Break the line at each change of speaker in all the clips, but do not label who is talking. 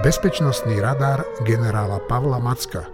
Bezpečnostný radar generála Pavla Macka.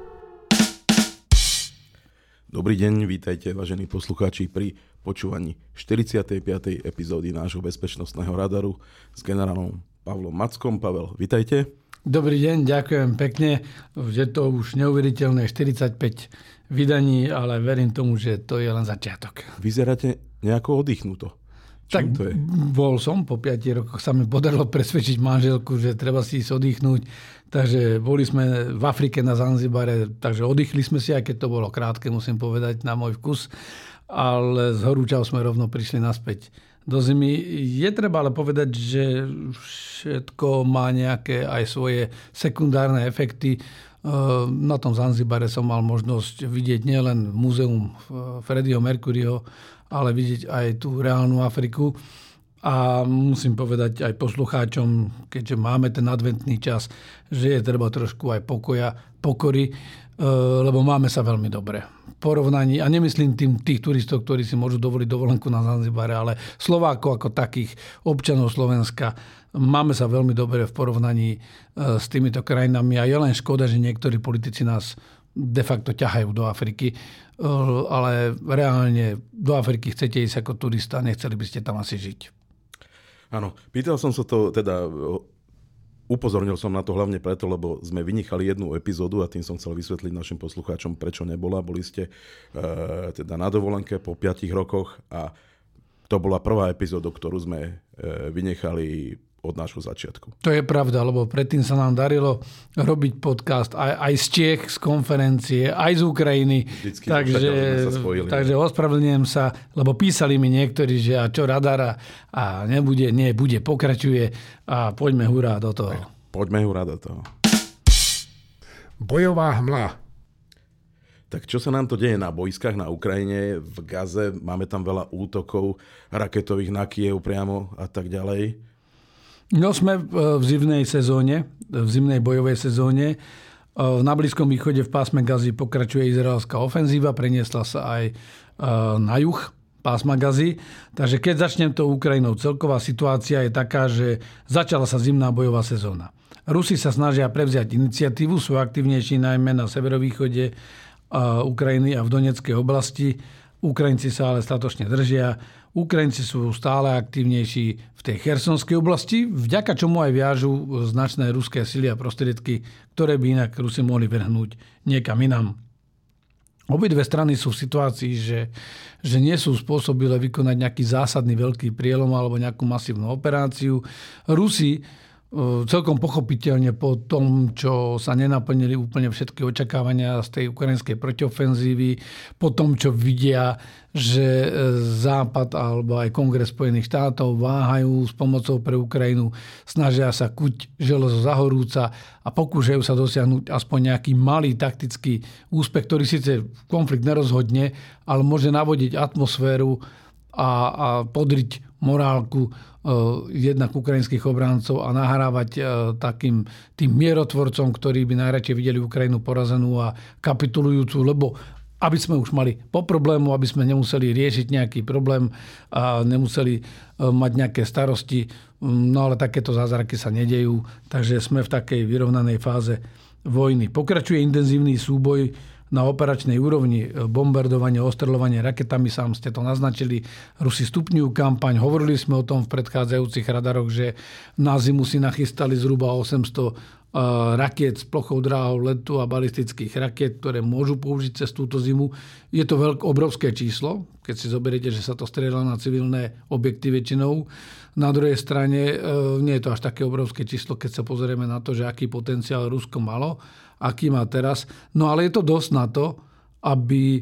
Dobrý deň, vítajte vážení poslucháči pri počúvaní 45. epizódy nášho bezpečnostného radaru s generálom Pavlom Mackom. Pavel, vítajte.
Dobrý deň, ďakujem pekne. Je to už neuveriteľné 45 vydaní, ale verím tomu, že to je len začiatok.
Vyzeráte nejako oddychnuto.
Tak to je? Bol som, po 5 rokoch sa mi podarilo presvedčiť manželku, že treba si ísť oddychnúť. Takže boli sme v Afrike na Zanzibare, takže oddychli sme si, aj keď to bolo krátke, musím povedať, na môj vkus. Ale z horúčav sme rovno prišli naspäť do zimy. Je treba ale povedať, že všetko má nejaké aj svoje sekundárne efekty. Na tom Zanzibare som mal možnosť vidieť nielen múzeum Freddieho Mercuryho, ale vidieť aj tú reálnu Afriku. A musím povedať aj poslucháčom, keďže máme ten adventný čas, že je treba trošku aj pokory, lebo máme sa veľmi dobre. V porovnaní, a nemyslím tých turistov, ktorí si môžu dovoliť dovolenku na Zanzibare, ale Slovákov ako takých, občanov Slovenska, máme sa veľmi dobre v porovnaní s týmito krajinami a je len škoda, že niektorí politici nás de facto ťahajú do Afriky, ale reálne do Afriky chcete ísť ako turista, nechceli by ste tam asi žiť.
Áno, pýtal som sa to, teda upozornil som na to hlavne preto, lebo sme vynechali jednu epizódu a tým som chcel vysvetliť našim poslucháčom, prečo nebola. Boli ste teda na dovolenke po 5 rokoch a to bola prvá epizóda, ktorú sme vynechali od nášho začiatku.
To je pravda, lebo predtým sa nám darilo robiť podcast aj z Čiech, z konferencie, aj z Ukrajiny. Takže ospravedlňujem sa, lebo písali mi niektorí, že a čo radara a bude, pokračuje a poďme hurá do toho.
Poďme hurá do toho.
Bojová hmla.
Tak čo sa nám to deje na bojskách na Ukrajine, v Gaze? Máme tam veľa útokov raketových na Kyjev priamo a tak ďalej.
No sme v zimnej sezóne, v zimnej bojovej sezóne. Na Blízkom východe v pásme Gazy pokračuje izraelská ofenzíva, preniesla sa aj na juh pásma Gazy. Takže keď začnem to Ukrajinou, celková situácia je taká, že začala sa zimná bojová sezóna. Rusi sa snažia prevziať iniciatívu, sú aktívnejší najmä na severovýchode Ukrajiny a v Donetskej oblasti. Ukrajinci sa ale statočne držia. Ukrajinci sú stále aktívnejší v tej chersonskej oblasti, vďaka čomu aj viažu značné ruské sily a prostriedky, ktoré by inak Rusi mohli vrhnúť niekam inam. Obidve strany sú v situácii, že nie sú spôsobile vykonať nejaký zásadný veľký prielom alebo nejakú masívnu operáciu. Rusi celkom pochopiteľne po tom, čo sa nenaplnili úplne všetky očakávania z tej ukrajinskej protiofenzívy, po tom, čo vidia, že Západ alebo aj Kongres Spojených štátov váhajú s pomocou pre Ukrajinu, snažia sa kuť železo za horúca a pokúšajú sa dosiahnuť aspoň nejaký malý taktický úspech, ktorý síce konflikt nerozhodne, ale môže navodiť atmosféru a podriť morálku jednak ukrajinských obráncov a nahrávať takým tým mierotvorcom, ktorí by najradšej videli Ukrajinu porazenú a kapitulujúcu, lebo aby sme už mali po problému, aby sme nemuseli riešiť nejaký problém a nemuseli mať nejaké starosti. No ale takéto zázraky sa nedejú, takže sme v takej vyrovnanej fáze vojny. Pokračuje intenzívny súboj na operačnej úrovni, bombardovanie, ostreľovanie raketami, sám ste to naznačili. Rusi stupňujú kampaň. Hovorili sme o tom v predchádzajúcich radaroch, že na zimu si nachystali zhruba 800 rakiet s plochou dráhou letu a balistických rakiet, ktoré môžu použiť cez túto zimu. Je to obrovské číslo, keď si zoberiete, že sa to strieľa na civilné objekty väčšinou. Na druhej strane nie je to až také obrovské číslo, keď sa pozrieme na to, že aký potenciál Rusko malo, aký má teraz. No ale je to dosť na to, aby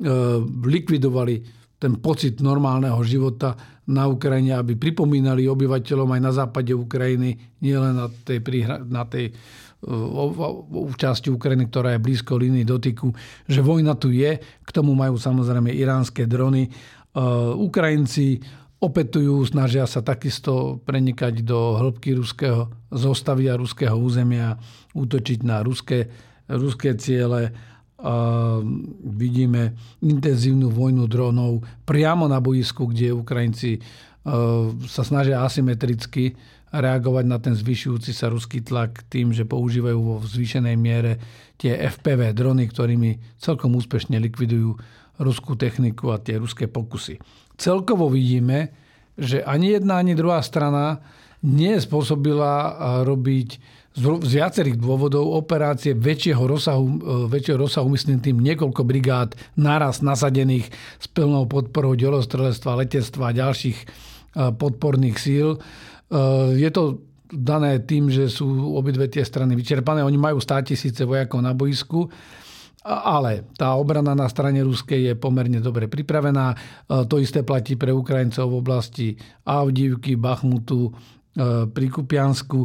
likvidovali ten pocit normálneho života na Ukrajine, aby pripomínali obyvateľom aj na západe Ukrajiny, nielen na tej časti Ukrajiny, ktorá je blízko línii dotyku, že vojna tu je. K tomu majú samozrejme iránske drony. Ukrajinci opätujú, snažia sa takisto prenikať do hĺbky ruského zostavy a ruského územia, útočiť na ruské ciele. Vidíme intenzívnu vojnu dronov priamo na boisku, kde Ukrajinci sa snažia asymetricky reagovať na ten zvyšujúci sa ruský tlak tým, že používajú vo zvýšenej miere tie FPV drony, ktorými celkom úspešne likvidujú ruskú techniku a tie ruské pokusy. Celkovo vidíme, že ani jedna, ani druhá strana nie je spôsobila robiť z viacerých dôvodov operácie väčšieho rozsahu, myslím tým niekoľko brigád naraz nasadených s plnou podporou delostrelectva, letectva a ďalších podporných síl. Je to dané tým, že sú obidve tie strany vyčerpané. Oni majú 100 000 vojakov na boisku, ale tá obrana na strane ruskej je pomerne dobre pripravená. To isté platí pre Ukrajincov v oblasti Avdívky, Bachmutu, pri Kupiansku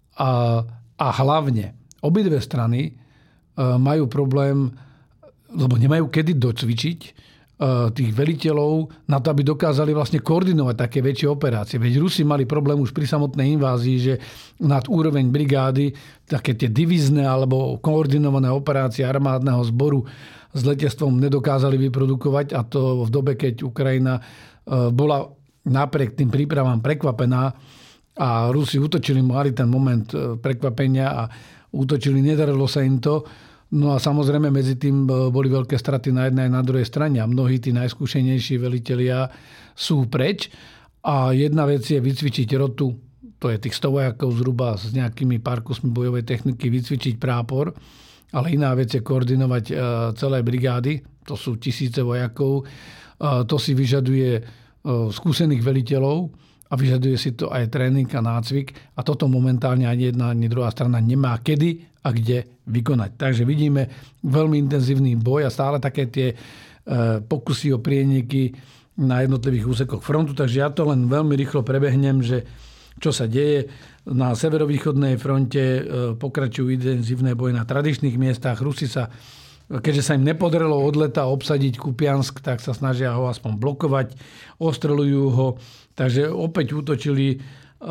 a hlavne obidve strany majú problém, lebo nemajú kedy docvičiť tých veliteľov na to, aby dokázali vlastne koordinovať také väčšie operácie. Veď Rusi mali problém už pri samotnej invázii, že nad úroveň brigády také tie divízne alebo koordinované operácie armádneho zboru s letectvom nedokázali vyprodukovať, a to v dobe, keď Ukrajina bola napriek tým prípravám prekvapená a Rusi útočili, mali ten moment prekvapenia a útočili, nedarilo sa im to. No a samozrejme medzi tým boli veľké straty na jednej aj na druhej strane a mnohí tí najskúšenejší velitelia sú preč. A jedna vec je vycvičiť rotu, to je tých 100 vojakov zhruba s nejakými pár kusmi bojovej techniky, vycvičiť prápor, ale iná vec je koordinovať celé brigády, to sú tisíce vojakov, to si vyžaduje skúsených veliteľov a vyžaduje si to aj tréning a nácvik a toto momentálne ani jedna, ani druhá strana nemá kedy a kde vykonať. Takže vidíme veľmi intenzívny boj a stále také tie pokusy o prieniky na jednotlivých úsekoch frontu. Takže ja to len veľmi rýchlo prebehnem, že čo sa deje. Na severovýchodnej fronte pokračujú intenzívne boje na tradičných miestach. Rusi sa, keďže sa im nepodarilo od leta obsadiť Kupiansk, tak sa snažia ho aspoň blokovať, ostreľujú ho. Takže opäť útočili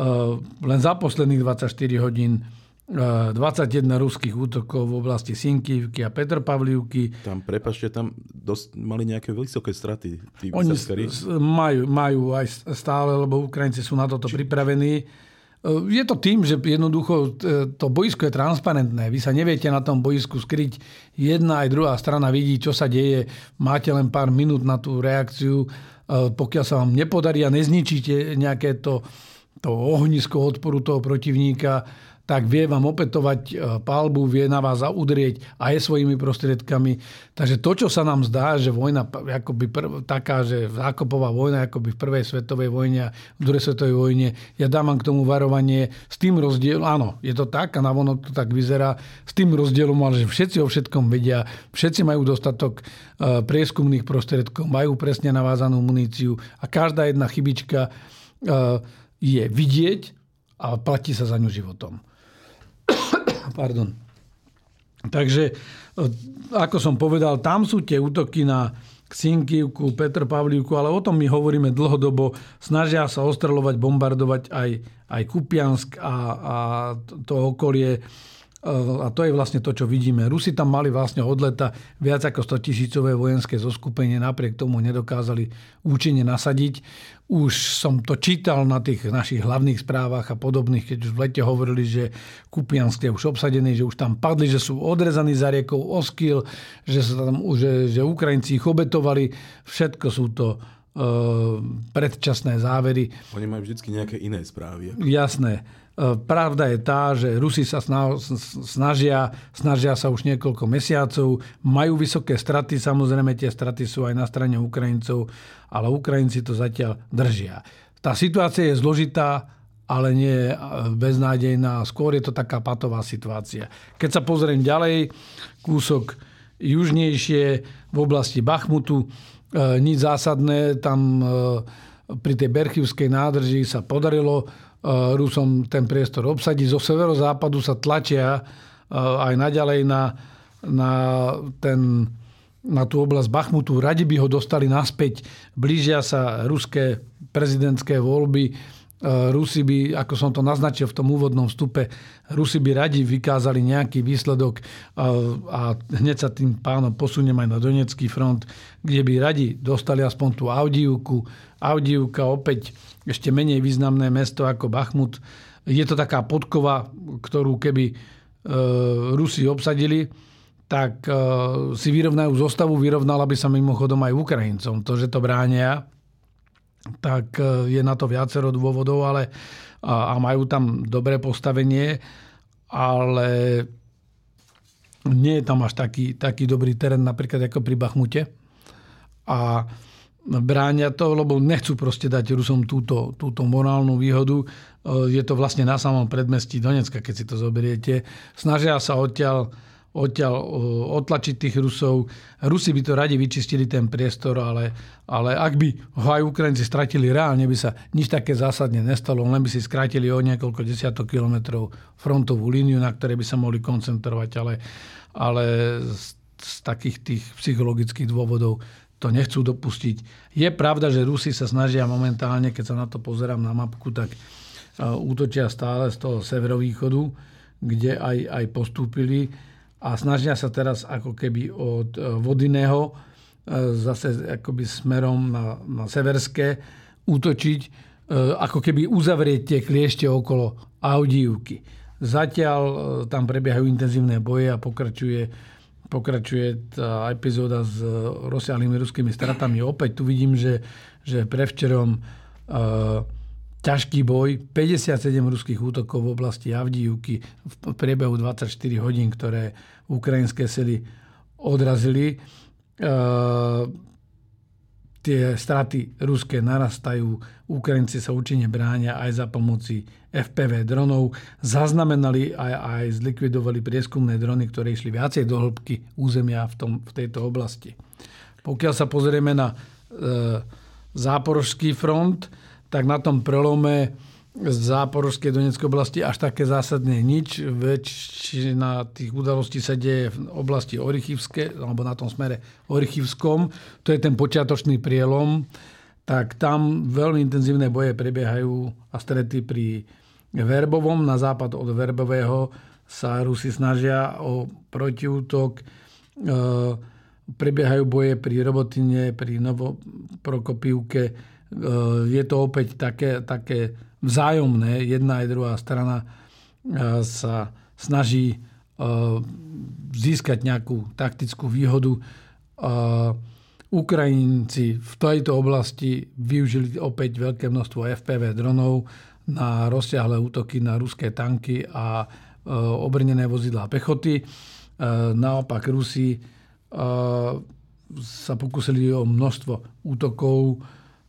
len za posledných 24 hodín 21 ruských útokov v oblasti Sinkivky a Petropavlivky.
Tam, prepáčte, tam mali nejaké vysoké straty.
Oni majú aj stále, lebo Ukrajinci sú na toto pripravení. Je to tým, že jednoducho to boisko je transparentné. Vy sa neviete na tom boisku skryť. Jedna aj druhá strana vidí, čo sa deje. Máte len pár minút na tú reakciu. Pokiaľ sa vám nepodarí a nezničíte nejaké to ohnisko odporu toho protivníka, tak vie vám opätovať paľbu, vie na vás udrieť aj svojimi prostriedkami. Takže to, čo sa nám zdá, že vojna akoby taká, že zákopová vojna akoby v prvej svetovej vojne a v druhej svetovej vojne, ja dávam k tomu varovanie s tým rozdielom, áno, je to tak a navonok to tak vyzerá, s tým rozdielom, ale že všetci o všetkom vedia, všetci majú dostatok prieskumných prostriedkov, majú presne navázanú muníciu a každá jedna chybička je vidieť a platí sa za ňu životom. Pardon. Takže, ako som povedal, tam sú tie útoky na Sinkivku, Petropavlivku, ale o tom my hovoríme dlhodobo. Snažia sa ostreľovať, bombardovať aj Kupiansk a to okolie. A to je vlastne to, čo vidíme. Rusi tam mali vlastne od leta viac ako 100 000 vojenské zoskupenie, napriek tomu nedokázali účinne nasadiť. Už som to čítal na tých našich hlavných správach a podobných, keď už v lete hovorili, že Kupiansk je už obsadený, že už tam padli, že sú odrezaní za riekou Oskil, že Ukrajinci ich obetovali. Všetko sú to predčasné závery.
Oni majú vždy nejaké iné správy.
Jasné. Pravda je tá, že Rusi sa snažia sa už niekoľko mesiacov, majú vysoké straty, samozrejme tie straty sú aj na strane Ukrajincov, ale Ukrajinci to zatiaľ držia. Tá situácia je zložitá, ale nie beznádejná, skôr je to taká patová situácia. Keď sa pozriem ďalej, kúsok južnejšie v oblasti Bachmutu, nič zásadné, tam pri tej Berchivskej nádrži sa podarilo Rusom ten priestor obsadiť. Zo severozápadu sa tlačia aj naďalej na tú oblasť Bachmutu. Radi by ho dostali naspäť. Blížia sa ruské prezidentské voľby. Rusi by, ako som to naznačil v tom úvodnom vstupe, Rusi by radi vykázali nejaký výsledok a hneď sa tým pánom posuniem aj na Donecký front, kde by radi dostali aspoň tú Avdívku. Avdívka opäť ešte menej významné mesto ako Bachmut. je to taká podkova, ktorú keby Rusi obsadili, tak si vyrovnajú zostavu, vyrovnala by sa mimochodom aj Ukrajincom. To, že to bránia, tak je na to viacero dôvodov, ale a majú tam dobré postavenie, ale nie je tam až taký dobrý terén, napríklad ako pri Bachmute. A bránia to, lebo nechcú proste dať Rusom túto morálnu výhodu. Je to vlastne na samom predmestí Donecka, keď si to zoberiete. Snažia sa odtiaľ otlačiť tých Rusov. Rusi by to radi vyčistili ten priestor, ale ak by ho aj Ukrajinci stratili reálne, by sa nič také zásadne nestalo, len by si skrátili o niekoľko desiatok kilometrov frontovú líniu, na ktorej by sa mohli koncentrovať, ale z takých tých psychologických dôvodov to nechcú dopustiť. Je pravda, že Rusi sa snažia momentálne, keď sa na to pozerám na mapku, tak útočia stále z toho severovýchodu, kde aj postúpili a snažia sa teraz ako keby od Vodinného zase akoby smerom na severské útočiť, ako keby uzavrieť tie kliešte okolo Avdijivky. Zatiaľ tam prebiehajú intenzívne boje a pokračuje tá epizóda s rozsiahlými ruskými stratami. Opäť tu vidím, že prevčerom ťažký boj, 57 ruských útokov v oblasti Avdijivky v priebehu 24 hodín, ktoré ukrajinské sily odrazili. Tie straty ruské narastajú, Ukrajinci sa účinne bránia aj za pomoci FPV dronov. Zaznamenali aj zlikvidovali prieskumné drony, ktoré išli viacej do hĺbky územia v tejto oblasti. Pokiaľ sa pozrieme na Záporožský front, tak na tom prelome Záporožskej Donetskej oblasti až také zásadne nič. Väčšina tých udalostí sa deje v oblasti Orychivské, alebo na tom smere Orychivskom. To je ten počiatočný prielom. Tak tam veľmi intenzívne boje prebiehajú a strety pri Verbovom. Na západ od Verbového sa Rusi snažia o protiútok. Prebiehajú boje pri Robotine, pri Novoprokopivke. Je to opäť také vzájomné. Jedna aj druhá strana sa snaží získať nejakú taktickú výhodu. Ukrajinci v tejto oblasti využili opäť veľké množstvo FPV dronov na rozsiahle útoky na ruské tanky a obrnené vozidlá pechoty. Naopak Rusi sa pokúsili o množstvo útokov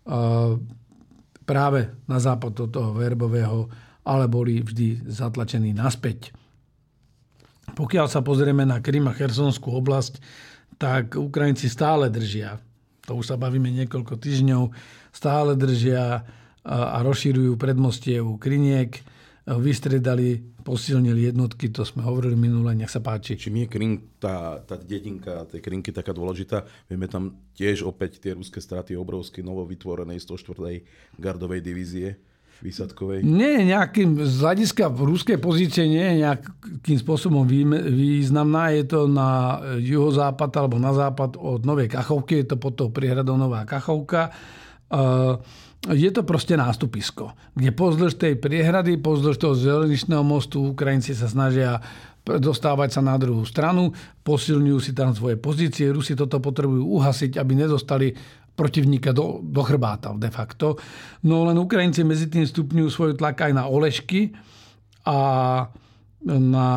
práve na západ od toho Verbového, ale boli vždy zatlačení naspäť. Pokiaľ sa pozrieme na Krym a Chersonskú oblasť, tak Ukrajinci stále držia, to už sa bavíme niekoľko týždňov, stále držia a rozšírujú predmostie u Kryniek, vystredali, posilnili jednotky, to sme hovorili minule, nech sa páči.
Čím je Krym, tá dedinka tej Krynky taká dôležitá, vieme tam tiež opäť tie ruské straty obrovské novovytvorenej 104. gardovej divízie výsadkovej.
Nie je nejakým, z hľadiska ruskej pozície nie je nejakým spôsobom významná. Je to na juhozápad alebo na západ od Novej Kachovky, je to pod tou priehradou Nová Kachovka. Je to proste nástupisko, kde pozdĺž tej priehrady, pozdĺž toho železničného mostu Ukrajinci sa snažia dostávať sa na druhú stranu, posilňujú si tam svoje pozície. Rusi toto potrebujú uhasiť, aby nedostali protivníka do chrbáta de facto. No len Ukrajinci medzi tým stupňujú svoj tlak aj na Olešky a na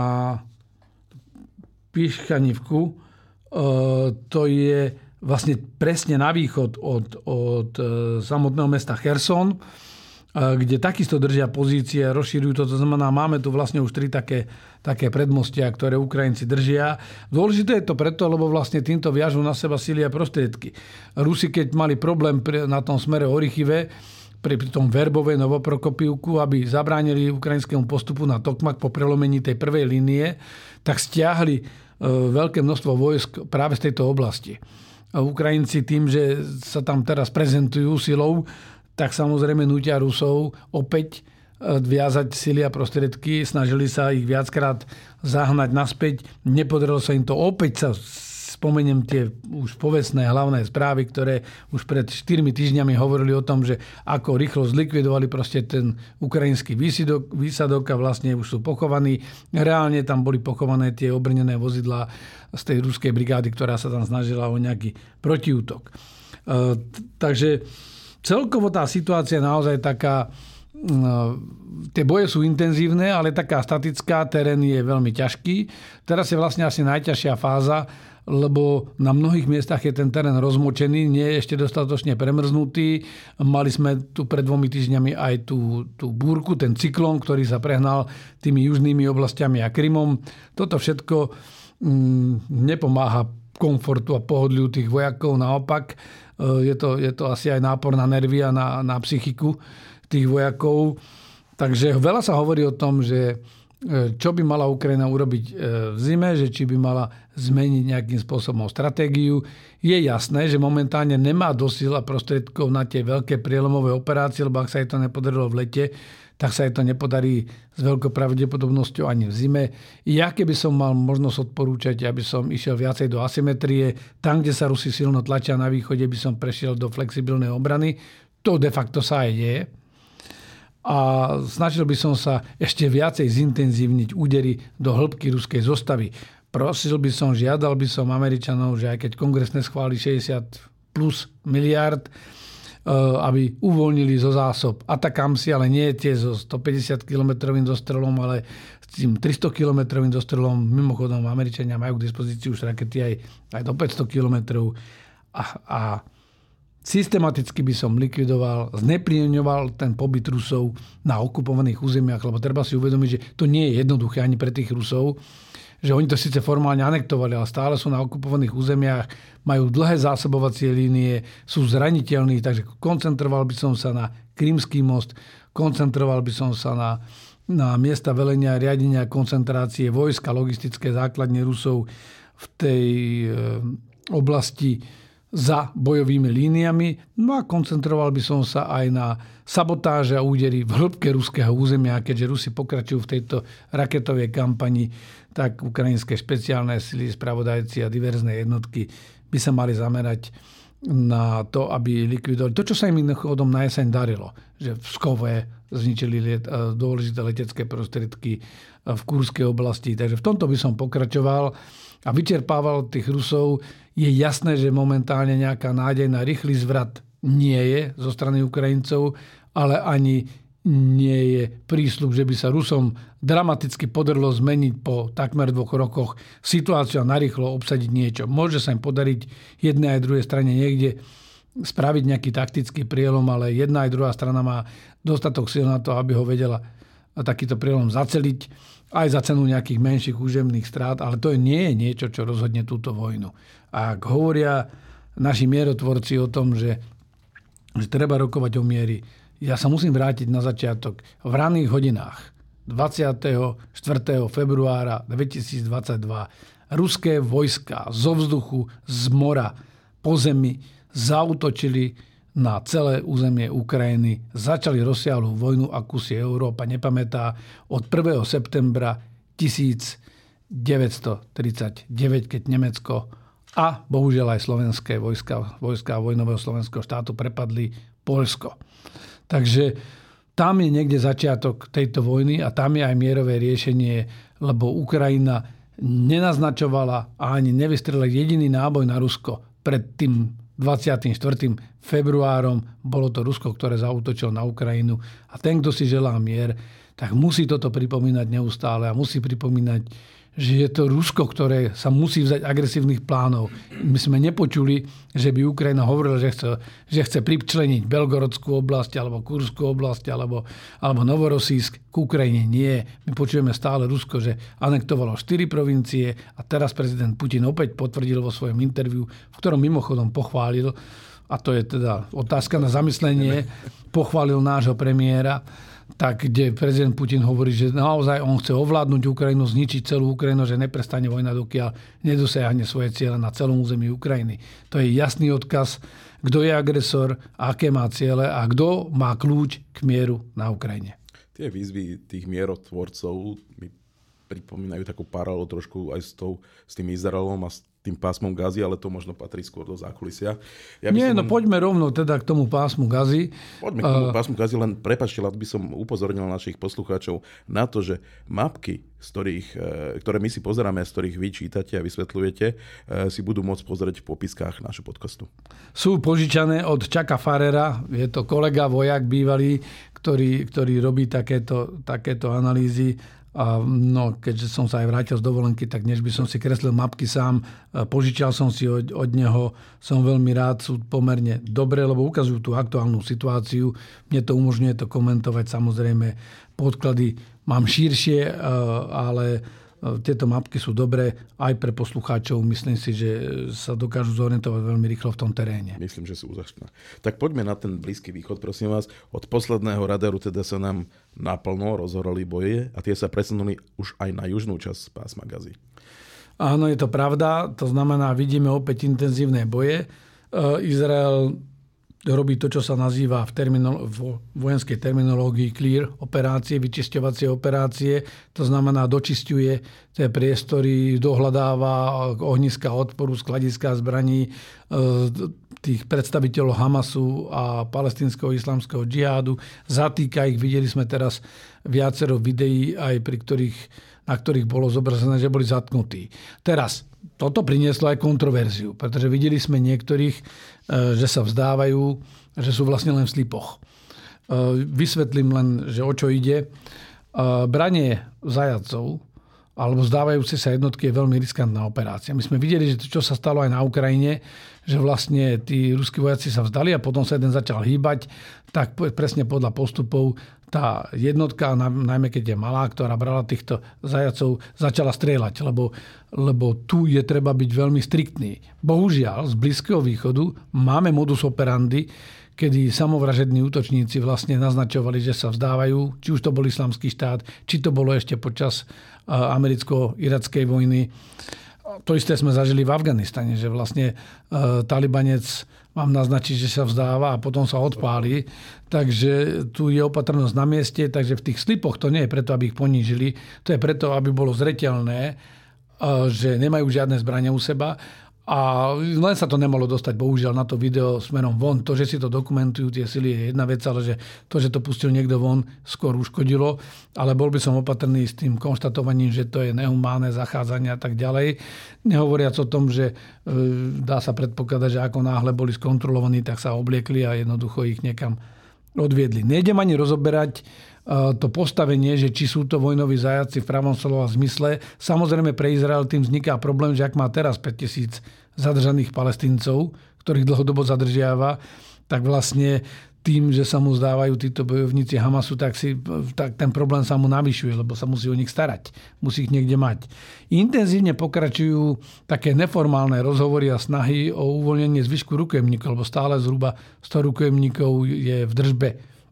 Piškanivku. To je vlastne presne na východ od samotného mesta Cherson, kde takisto držia pozície, rozširujú to. To znamená, máme tu vlastne už 3 také predmostia, ktoré Ukrajinci držia. Dôležité je to preto, lebo vlastne týmto viažú na seba síly a prostriedky. Rusi, keď mali problém na tom smere Orychive, pri tom Verbove, Novoprokopivku, aby zabránili ukrajinskému postupu na Tokmak po prelomení tej prvej línie, tak stiahli veľké množstvo vojsk práve z tejto oblasti. Ukrajinci tým, že sa tam teraz prezentujú silou, tak samozrejme nútia Rusov opäť viazať sily a prostriedky. Snažili sa ich viackrát zahnať naspäť. Nepodarilo sa im to. Opäť sa spomeniem tie už povestné hlavné správy, ktoré už pred 4 týždňami hovorili o tom, že ako rýchlo zlikvidovali proste ten ukrajinský výsadok a vlastne už sú pochovaní. Reálne tam boli pochované tie obrnené vozidlá z tej ruskej brigády, ktorá sa tam snažila o nejaký protiútok. Takže celkovo tá situácia je naozaj taká, tie boje sú intenzívne, ale taká statická, terén je veľmi ťažký. Teraz je vlastne asi najťažšia fáza, lebo na mnohých miestach je ten terén rozmočený, nie je ešte dostatočne premrznutý. Mali sme tu pred 2 týždňami aj tú búrku, ten cyklón, ktorý sa prehnal tými južnými oblastiami a Krymom. Toto všetko nepomáha komfortu a pohodliu tých vojakov, naopak. Je to asi aj nápor na nervy a na psychiku tých vojakov. Takže veľa sa hovorí o tom, že čo by mala Ukrajina urobiť v zime, že či by mala zmeniť nejakým spôsobom stratégiu. Je jasné, že momentálne nemá dosť a prostriedkov na tie veľké prielomové operácie, lebo ak sa jej to nepodarilo v lete, tak sa jej to nepodarí s veľkou pravdepodobnosťou ani v zime. Ja keby som mal možnosť odporúčať, aby som išiel viacej do asymetrie, tam, kde sa Rusi silno tlačia na východe, by som prešiel do flexibilnej obrany. To de facto sa aj deje. A snažil by som sa ešte viacej zintenzívniť údery do hĺbky ruskej zostavy. Prosil by som, žiadal by som Američanov, že aj keď kongres neschváli 60 plus miliárd, aby uvoľnili zo zásob Atakamsi, ale nie tie so 150 kilometrovým dostrelom, ale s tým 300 kilometrovým dostrelom. Mimochodom, Američania majú k dispozícii už rakety aj do 500 kilometrov. A systematicky by som likvidoval, znepríjemňoval ten pobyt Rusov na okupovaných územiach, lebo treba si uvedomiť, že to nie je jednoduché ani pre tých Rusov, že oni to síce formálne anektovali, ale stále sú na okupovaných územiach, majú dlhé zásobovacie línie, sú zraniteľní, takže koncentroval by som sa na Krymský most, koncentroval by som sa na miesta velenia, riadenia, koncentrácie vojska, logistické základne Rusov v tej oblasti za bojovými líniami. No a koncentroval by som sa aj na sabotáže a údery v hĺbke ruského územia. Keďže Rusi pokračujú v tejto raketovej kampani, tak ukrajinské špeciálne sily, spravodajci a diverzné jednotky by sa mali zamerať na to, aby likvidovali to, čo sa im mimochodom na jeseň darilo. Že v Pskove zničili dôležité letecké prostriedky v Kurskej oblasti. Takže v tomto by som pokračoval a vyčerpával tých Rusov. Je jasné, že momentálne nejaká nádej na rýchly zvrat nie je zo strany Ukrajincov, ale ani nie je prísľub, že by sa Rusom dramaticky podarilo zmeniť po takmer 2 rokoch situáciu a narýchlo obsadiť niečo. Môže sa im podariť jednej aj druhej strane niekde spraviť nejaký taktický prielom, ale jedna aj druhá strana má dostatok síl na to, aby ho vedela takýto prielom zaceliť aj za cenu nejakých menších územných strát, ale to nie je niečo, čo rozhodne túto vojnu. A ak hovoria naši mierotvorci o tom, že treba rokovať o miery, ja sa musím vrátiť na začiatok. V ranných hodinách 24. februára 2022 ruské vojska zo vzduchu, z mora, po zemi zaútočili na celé územie Ukrajiny. Začali rozsiahlu vojnu, akú si Európa nepamätá, od 1. septembra 1939, keď Nemecko a bohužiaľ aj slovenské vojska vojnového slovenského štátu prepadli Poľsko. Takže tam je niekde začiatok tejto vojny a tam je aj mierové riešenie, lebo Ukrajina nenaznačovala a ani nevystrelila jediný náboj na Rusko pred tým 24. februárom. Bolo to Rusko, ktoré zaútočilo na Ukrajinu. A ten, kto si želá mier, tak musí toto pripomínať neustále a musí pripomínať, že je to Rusko, ktoré sa musí vzdať agresívnych plánov. My sme nepočuli, že by Ukrajina hovorila, že chce pričleniť Belgorodskú oblasť alebo Kurskú oblasť alebo Novorosísk k Ukrajine. Nie. My počujeme stále Rusko, že anektovalo 4 provincie a teraz prezident Putin opäť potvrdil vo svojom interviu, v ktorom mimochodom pochválil, a to je teda otázka na zamyslenie, pochválil nášho premiéra, tak kde prezident Putin hovorí, že naozaj on chce ovládnuť Ukrajinu, zničiť celú Ukrajinu, že neprestane vojna, dokiaľ nedosiahne svoje ciele na celom území Ukrajiny. To je jasný odkaz, kto je agresor, aké má ciele a kto má kľúč k mieru na Ukrajine.
Tie výzvy tých mierotvorcov mi pripomínajú takú paralelu trošku aj s tým Izraelom a s tým pásmom Gazy, ale to možno patrí skôr do zákulisia.
Poďme rovno teda k tomu pásmu Gazy.
Poďme k tomu pásmu Gazy, len prepáčte, by som upozornil našich poslucháčov na to, že mapky, ktoré my si pozeráme, z ktorých vy čítate a vysvetľujete, si budú môcť pozrieť v popiskách nášho podcastu.
Sú požičané od Chucka Farrera, je to kolega, vojak bývalý, ktorý robí takéto analýzy. A keďže som sa aj vrátil z dovolenky, tak než by som si kreslil mapky sám, požičal som si od neho, som veľmi rád, sú pomerne dobré, lebo ukazujú tú aktuálnu situáciu. Mne to umožňuje to komentovať, samozrejme podklady mám širšie, ale tieto mapky sú dobré aj pre poslucháčov. Myslím si, že sa dokážu zorientovať veľmi rýchlo v tom teréne.
Myslím, že sú úžasné. Tak poďme na ten Blízky východ, prosím vás. Od posledného radaru teda sa nám naplno rozhorali boje a tie sa presunuli už aj na južnú časť pásma Gazy.
Áno, je to pravda. To znamená, vidíme opäť intenzívne boje. Izrael robí to, čo sa nazýva v vojenskej terminológii clear operácie, vyčisťovacie operácie. To znamená, dočisťuje tie priestory, dohľadáva ohniska odporu, skladiska zbraní tých predstaviteľov Hamasu a palestínskeho islamského džihádu. Zatýka ich. Videli sme teraz viacero videí, aj na ktorých bolo zobrazené, že boli zatknutí. Teraz, toto prinieslo aj kontroverziu, pretože videli sme niektorých, že sa vzdávajú, že sú vlastne len v slipoch. Vysvetlím len, že o čo ide. Branie zajatcov alebo vzdávajúce sa jednotky je veľmi riskantná operácia. My sme videli, že to, čo sa stalo aj na Ukrajine, že vlastne tí ruskí vojaci sa vzdali a potom sa jeden začal hýbať, tak presne podľa postupov tá jednotka, najmä keď je malá, ktorá brala týchto zajacov, začala strieľať, lebo tu je treba byť veľmi striktný. Bohužiaľ, z Blízkeho východu máme modus operandi, kedy samovražední útočníci vlastne naznačovali, že sa vzdávajú, či už to bol Islamský štát, či to bolo ešte počas americko-irackej vojny. To isté sme zažili v Afganistane, že vlastne Talibanec vám naznačí, že sa vzdáva a potom sa odpáli. Takže tu je opatrnosť na mieste, takže v tých slipoch to nie je preto, aby ich ponížili, to je preto, aby bolo zreteľné, že nemajú žiadne zbrania u seba. A len sa to nemalo dostať, bohužiaľ, na to video smerom von. To, že si to dokumentujú tie sily, je jedna vec, ale že to pustil niekto von, skôr uškodilo. Ale bol by som opatrný s tým konštatovaním, že to je nehumánne zachádzanie a tak ďalej. Nehovoriac o tom, že dá sa predpokladať, že ako náhle boli skontrolovaní, tak sa obliekli a jednoducho ich niekam odviedli. Nejdem ani rozoberať to postavenie, že či sú to vojnoví zajaci v pravom slova zmysle. Samozrejme pre Izrael tým vzniká problém, že ak má teraz 5000 zadržaných Palestíncov, ktorých dlhodobo zadržiava, tak vlastne tým, že sa mu zdávajú títo bojovníci Hamasu, tak ten problém sa mu navyšuje, lebo sa musí o nich starať. Musí ich niekde mať. Intenzívne pokračujú také neformálne rozhovory a snahy o uvoľnenie zvyšku rukojemníkov, lebo stále zhruba 100 rukojemníkov je v držbe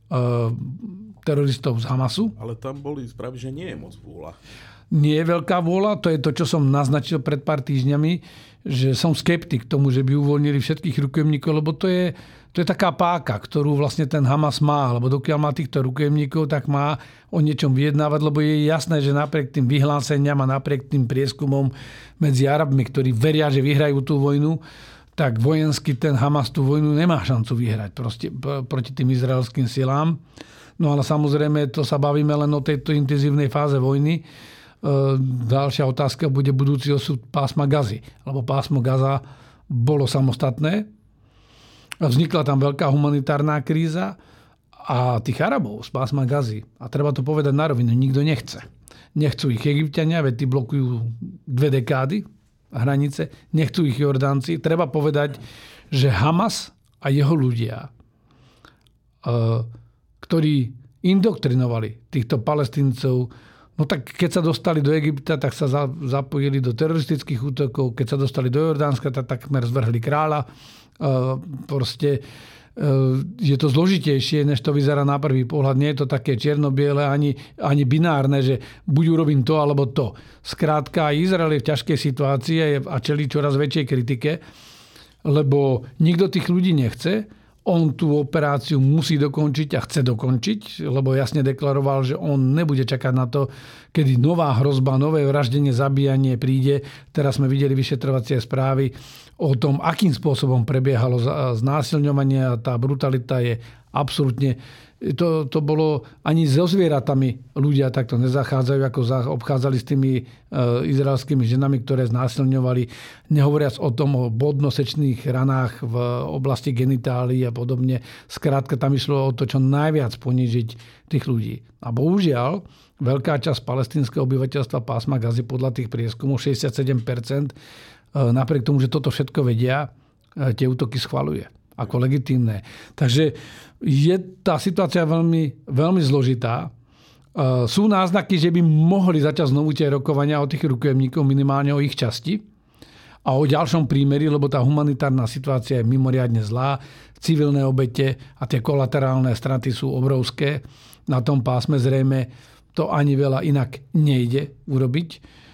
teroristov z Hamasu.
Ale tam boli správy, že nie je moc vôľa.
Nie je veľká vôľa, to je to, čo som naznačil pred pár týždňami, že som skeptik k tomu, že by uvoľnili všetkých rukojemníkov, lebo to je taká páka, ktorú vlastne ten Hamas má, lebo dokiaľ má týchto rukojemníkov, tak má o niečom vyjednávať, lebo je jasné, že napriek tým vyhláseniam a napriek tým prieskumom medzi Arabmi, ktorí veria, že vyhrajú tú vojnu, tak vojensky ten Hamas tú vojnu nemá šancu vyhrať proti tým izraelským silám. No ale samozrejme, to sa bavíme len o tejto intenzívnej fáze vojny. Ďalšia otázka bude budúci osud pásma Gazy. Lebo pásmo Gaza bolo samostatné. Vznikla tam veľká humanitárna kríza a tých Arabov z pásma Gazy, a treba to povedať na rovinu, nikto nechce. Nechcú ich Egypťania, veď tí blokujú 2 dekády hranice. Nechcú ich Jordánci. Treba povedať, že Hamas a jeho ľudia, ktorí indoktrinovali týchto Palestíncov, no tak keď sa dostali do Egypta, tak sa zapojili do teroristických útokov. Keď sa dostali do Jordánska, tak takmer zvrhli kráľa. Proste je to zložitejšie, než to vyzerá na prvý pohľad. Nie je to také čierno-biele, ani binárne, že buď urobím to, alebo to. Skrátka, Izrael je v ťažkej situácii a čelí čoraz väčšej kritike, lebo nikto tých ľudí nechce. On tú operáciu musí dokončiť a chce dokončiť, lebo jasne deklaroval, že on nebude čakať na to, kedy nová hrozba, nové vraždenie, zabíjanie príde. Teraz sme videli vyšetrovacie správy o tom, akým spôsobom prebiehalo znásilňovanie a tá brutalita je absolútne... To bolo ani so zvieratami ľudia takto nezachádzajú, ako obchádzali s tými izraelskými ženami, ktoré znásilňovali, nehovoriac o tom o bodnosečných ranách v oblasti genitálií a podobne. Skrátka tam išlo o to, čo najviac ponížiť tých ľudí. A bohužiaľ, veľká časť palestínskeho obyvateľstva pásma Gazy podľa tých prieskumov, 67%, napriek tomu, že toto všetko vedia, tie útoky schvaľuje ako legitímne. Takže je tá situácia veľmi, veľmi zložitá. Sú náznaky, že by mohli začať znovu tie rokovania o tých rukojemníkov, minimálne o ich časti a o ďalšom prímeri, lebo tá humanitárna situácia je mimoriadne zlá. Civilné obete a tie kolaterálne straty sú obrovské. Na tom pásme zrejme to ani veľa inak nejde urobiť,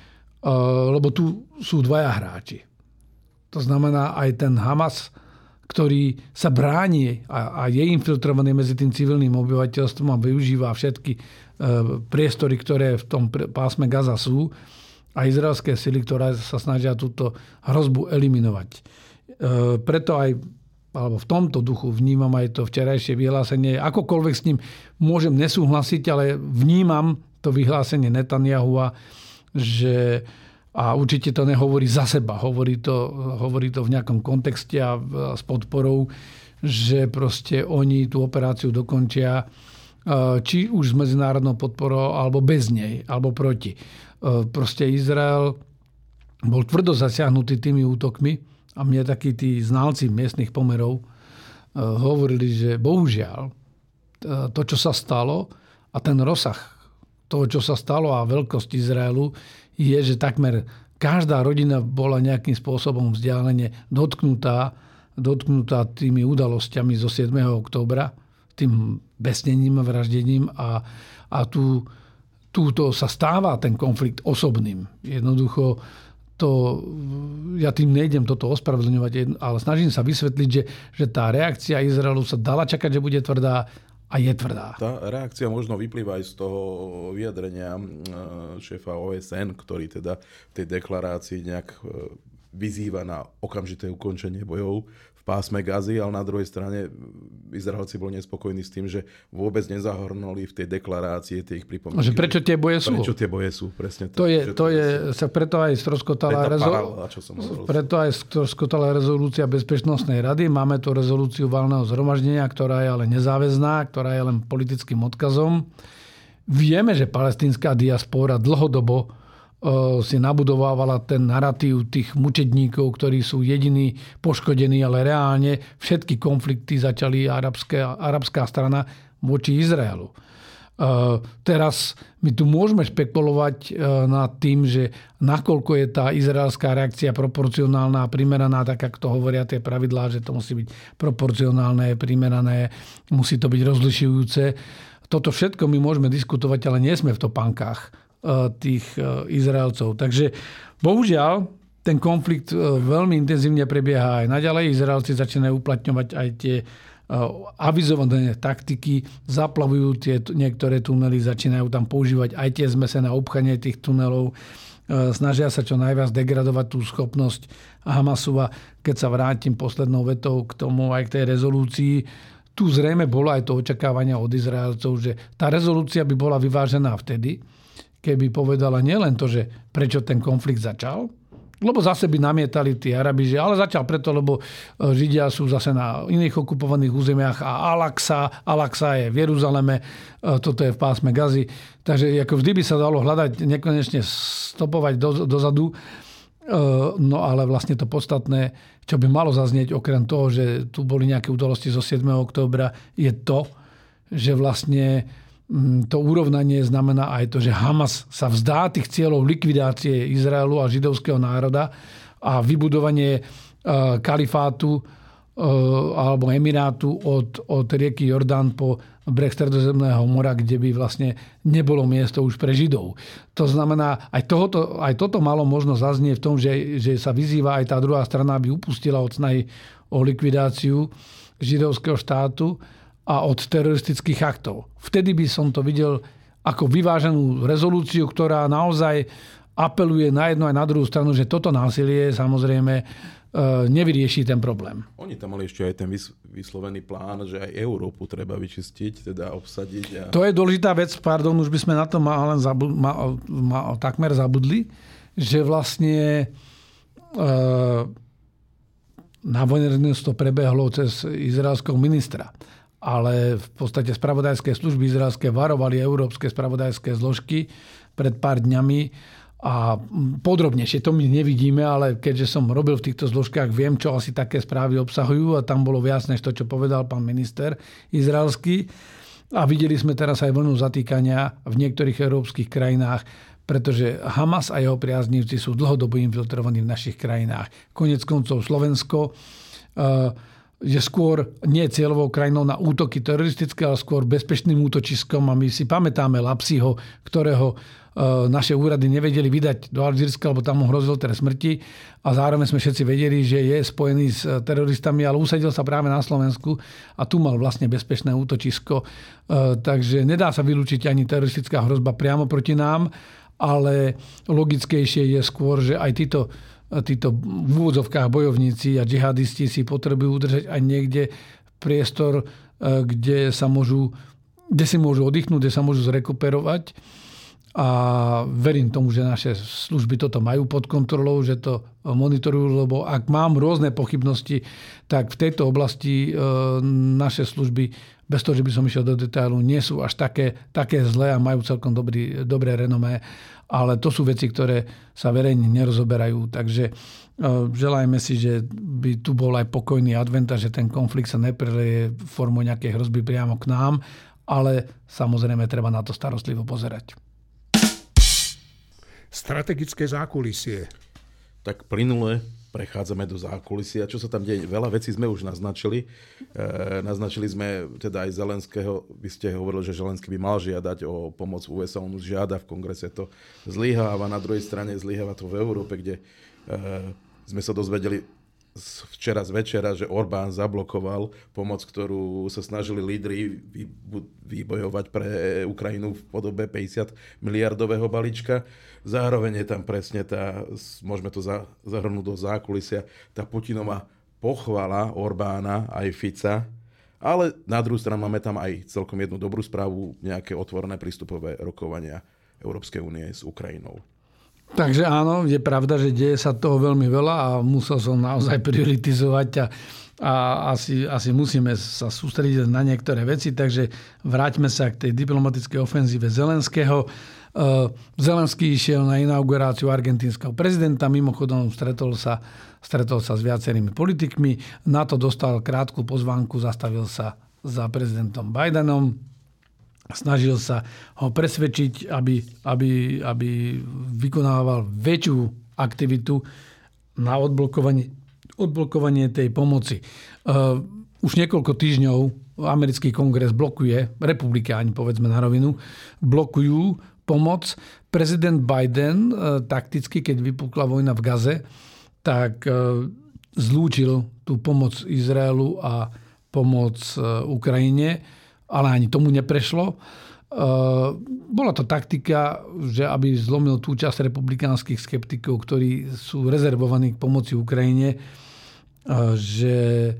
lebo tu sú dvaja hráči. To znamená aj ten Hamas, ktorý sa bráni a je infiltrovaný medzi tým civilným obyvateľstvom a využíva všetky priestory, ktoré v tom pásme Gaza sú, a izraelské sily, ktoré sa snažia túto hrozbu eliminovať. Preto aj, alebo v tomto duchu vnímam aj to včerajšie vyhlásenie. Akokoľvek s ním môžem nesúhlasiť, ale vnímam to vyhlásenie Netanyahua, že... A určite to nehovorí za seba. Hovorí to v nejakom kontexte a s podporou, že proste oni tú operáciu dokončia, či už s medzinárodnou podporou, alebo bez nej, alebo proti. Proste Izrael bol tvrdo zasiahnutý tými útokmi a mne takí tí znalci miestnych pomerov hovorili, že bohužiaľ to, čo sa stalo a ten rozsah toho, čo sa stalo a veľkosť Izraelu je, že takmer každá rodina bola nejakým spôsobom vzdialene dotknutá tými udalosťami zo 7. októbra, tým besnením a vraždením a túto sa stáva ten konflikt osobným. Jednoducho ja tým nejdem toto ospravedlňovať, ale snažím sa vysvetliť, že tá reakcia Izraelu sa dala čakať, že bude tvrdá, a je tvrdá.
Tá reakcia možno vyplýva aj z toho vyjadrenia šéfa OSN, ktorý teda v tej deklarácii nejak vyzýva na okamžité ukončenie bojov v pásme Gazy, ale na druhej strane Izraelci boli nespokojní s tým, že vôbec nezahrnuli v tej deklarácii tie ich pripomienky.
Prečo tie boje sú?
Prečo tie boje sú, presne.
Preto aj stroskotala rezolúcia Bezpečnostnej rady. Máme tu rezolúciu valného zhromaždenia, ktorá je ale nezáväzná, ktorá je len politickým odkazom. Vieme, že palestínska diaspora dlhodobo si nabudovávala ten narratív tých mučedníkov, ktorí sú jediní poškodení, ale reálne všetky konflikty začali arabská strana voči Izraelu. Teraz my tu môžeme špekulovať nad tým, že nakoľko je tá izraelská reakcia proporcionálna a primeraná, tak ako to hovoria tie pravidlá, že to musí byť proporcionálne, primerané, musí to byť rozlišujúce. Toto všetko my môžeme diskutovať, ale nie sme v topánkach tých Izraelcov. Takže bohužiaľ ten konflikt veľmi intenzívne prebieha aj naďalej. Izraelci začínajú uplatňovať aj tie avizované taktiky, zaplavujú niektoré tunely, začínajú tam používať aj tie zmese na obchanie tých tunelov, snažia sa čo najviac degradovať tú schopnosť Hamasu. A keď sa vrátim poslednou vetou k tomu aj k tej rezolúcii, tu zrejme bolo aj to očakávania od Izraelcov, že tá rezolúcia by bola vyvážená vtedy, keby povedala nielen to, že prečo ten konflikt začal, lebo zase by namietali tí Arabi, že ale začal preto, lebo Židia sú zase na iných okupovaných územiach a Al-Aqsa je v Jeruzaleme, toto je v pásme Gazy. Takže ako vždy by sa dalo hľadať, nekonečne stopovať dozadu, no ale vlastne to podstatné, čo by malo zaznieť okrem toho, že tu boli nejaké udalosti zo 7. októbra, je to, že vlastne to urovnanie znamená aj to, že Hamas sa vzdá tých cieľov likvidácie Izraelu a židovského národa a vybudovanie kalifátu alebo emirátu od rieky Jordán po breh Stredozemného mora, kde by vlastne nebolo miesto už pre Židov. To znamená, aj toto malo možno zaznieť v tom, že sa vyzýva aj tá druhá strana, aby upustila od snahy o likvidáciu židovského štátu a od teroristických aktov. Vtedy by som to videl ako vyváženú rezolúciu, ktorá naozaj apeluje na jednu aj na druhú stranu, že toto násilie samozrejme nevyrieši ten problém.
Oni tam mali ešte aj ten vyslovený plán, že aj Európu treba vyčistiť, teda obsadiť. A...
To je dôležitá vec, už by sme na to takmer zabudli, že vlastne náboženstvo to prebehlo cez izraelského ministra. Ale v podstate spravodajské služby izraelské varovali európske spravodajské zložky pred pár dňami a podrobnejšie to my nevidíme, ale keďže som robil v týchto zložkách, viem, čo asi také správy obsahujú a tam bolo viac než to, čo povedal pán minister izraelský. A videli sme teraz aj vlnu zatýkania v niektorých európskych krajinách, pretože Hamas a jeho priaznivci sú dlhodobo infiltrovaní v našich krajinách. Koniec koncov Slovensko je skôr nie cieľovou krajinou na útoky teroristické, ale skôr bezpečným útočiskom. A my si pamätáme Lapsiho, ktorého naše úrady nevedeli vydať do Alžírska, lebo tam mu hrozil trest smrti. A zároveň sme všetci vedeli, že je spojený s teroristami, ale usadil sa práve na Slovensku a tu mal vlastne bezpečné útočisko. Takže nedá sa vylúčiť ani teroristická hrozba priamo proti nám, ale logickejšie je skôr, že aj títo v úvodzovkách bojovníci a džihadisti si potrebujú udržať aj niekde priestor, kde si môžu oddychnúť, kde sa môžu zrekuperovať. A verím tomu, že naše služby toto majú pod kontrolou, že to monitorujú, lebo ak mám rôzne pochybnosti, tak v tejto oblasti naše služby, bez toho, že by som išiel do detailu, nie sú až také zlé a majú celkom dobré renomé. Ale to sú veci, ktoré sa verejne nerozoberajú. Takže želajme si, že by tu bol aj pokojný advent a že ten konflikt sa nepreleje formou nejakej hrozby priamo k nám, ale samozrejme treba na to starostlivo pozerať.
Strategické zákulisie.
Tak plynule prechádzame do zákulisia. Čo sa tam deje? Veľa vecí sme už naznačili. Naznačili sme teda aj Zelenského. Vy ste hovorili, že Zelenský by mal žiadať o pomoc USA. On už žiada, v kongrese to zlyháva. Na druhej strane zlyháva to v Európe, kde sme sa dozvedeli včera z večera, že Orbán zablokoval pomoc, ktorú sa snažili lídri vybojovať pre Ukrajinu v podobe 50 miliardového balíčka. Zároveň je tam presne môžeme to zahrnúť do zákulisia, tá Putinová pochvala Orbána aj Fica, ale na druhú stranu máme tam aj celkom jednu dobrú správu, nejaké otvorené prístupové rokovania Európskej únie s Ukrajinou.
Takže áno, je pravda, že deje sa toho veľmi veľa a musel som naozaj prioritizovať a asi musíme sa sústrediť na niektoré veci, takže vráťme sa k tej diplomatickej ofenzíve Zelenského. Zelenský išiel na inauguráciu argentínskeho prezidenta, mimochodom stretol sa s viacerými politikmi, na to dostal krátku pozvánku, zastavil sa za prezidentom Bidenom. Snažil sa ho presvedčiť, aby vykonával väčšiu aktivitu na odblokovanie tej pomoci. Už niekoľko týždňov americký kongres blokuje, republikáni, povedzme na rovinu, blokujú pomoc. Prezident Biden takticky, keď vypukla vojna v Gaze, tak zlúčil tú pomoc Izraelu a pomoc Ukrajine, ale ani tomu neprešlo. Bola to taktika, že aby zlomil tú časť republikánskych skeptikov, ktorí sú rezervovaní k pomoci Ukrajine, že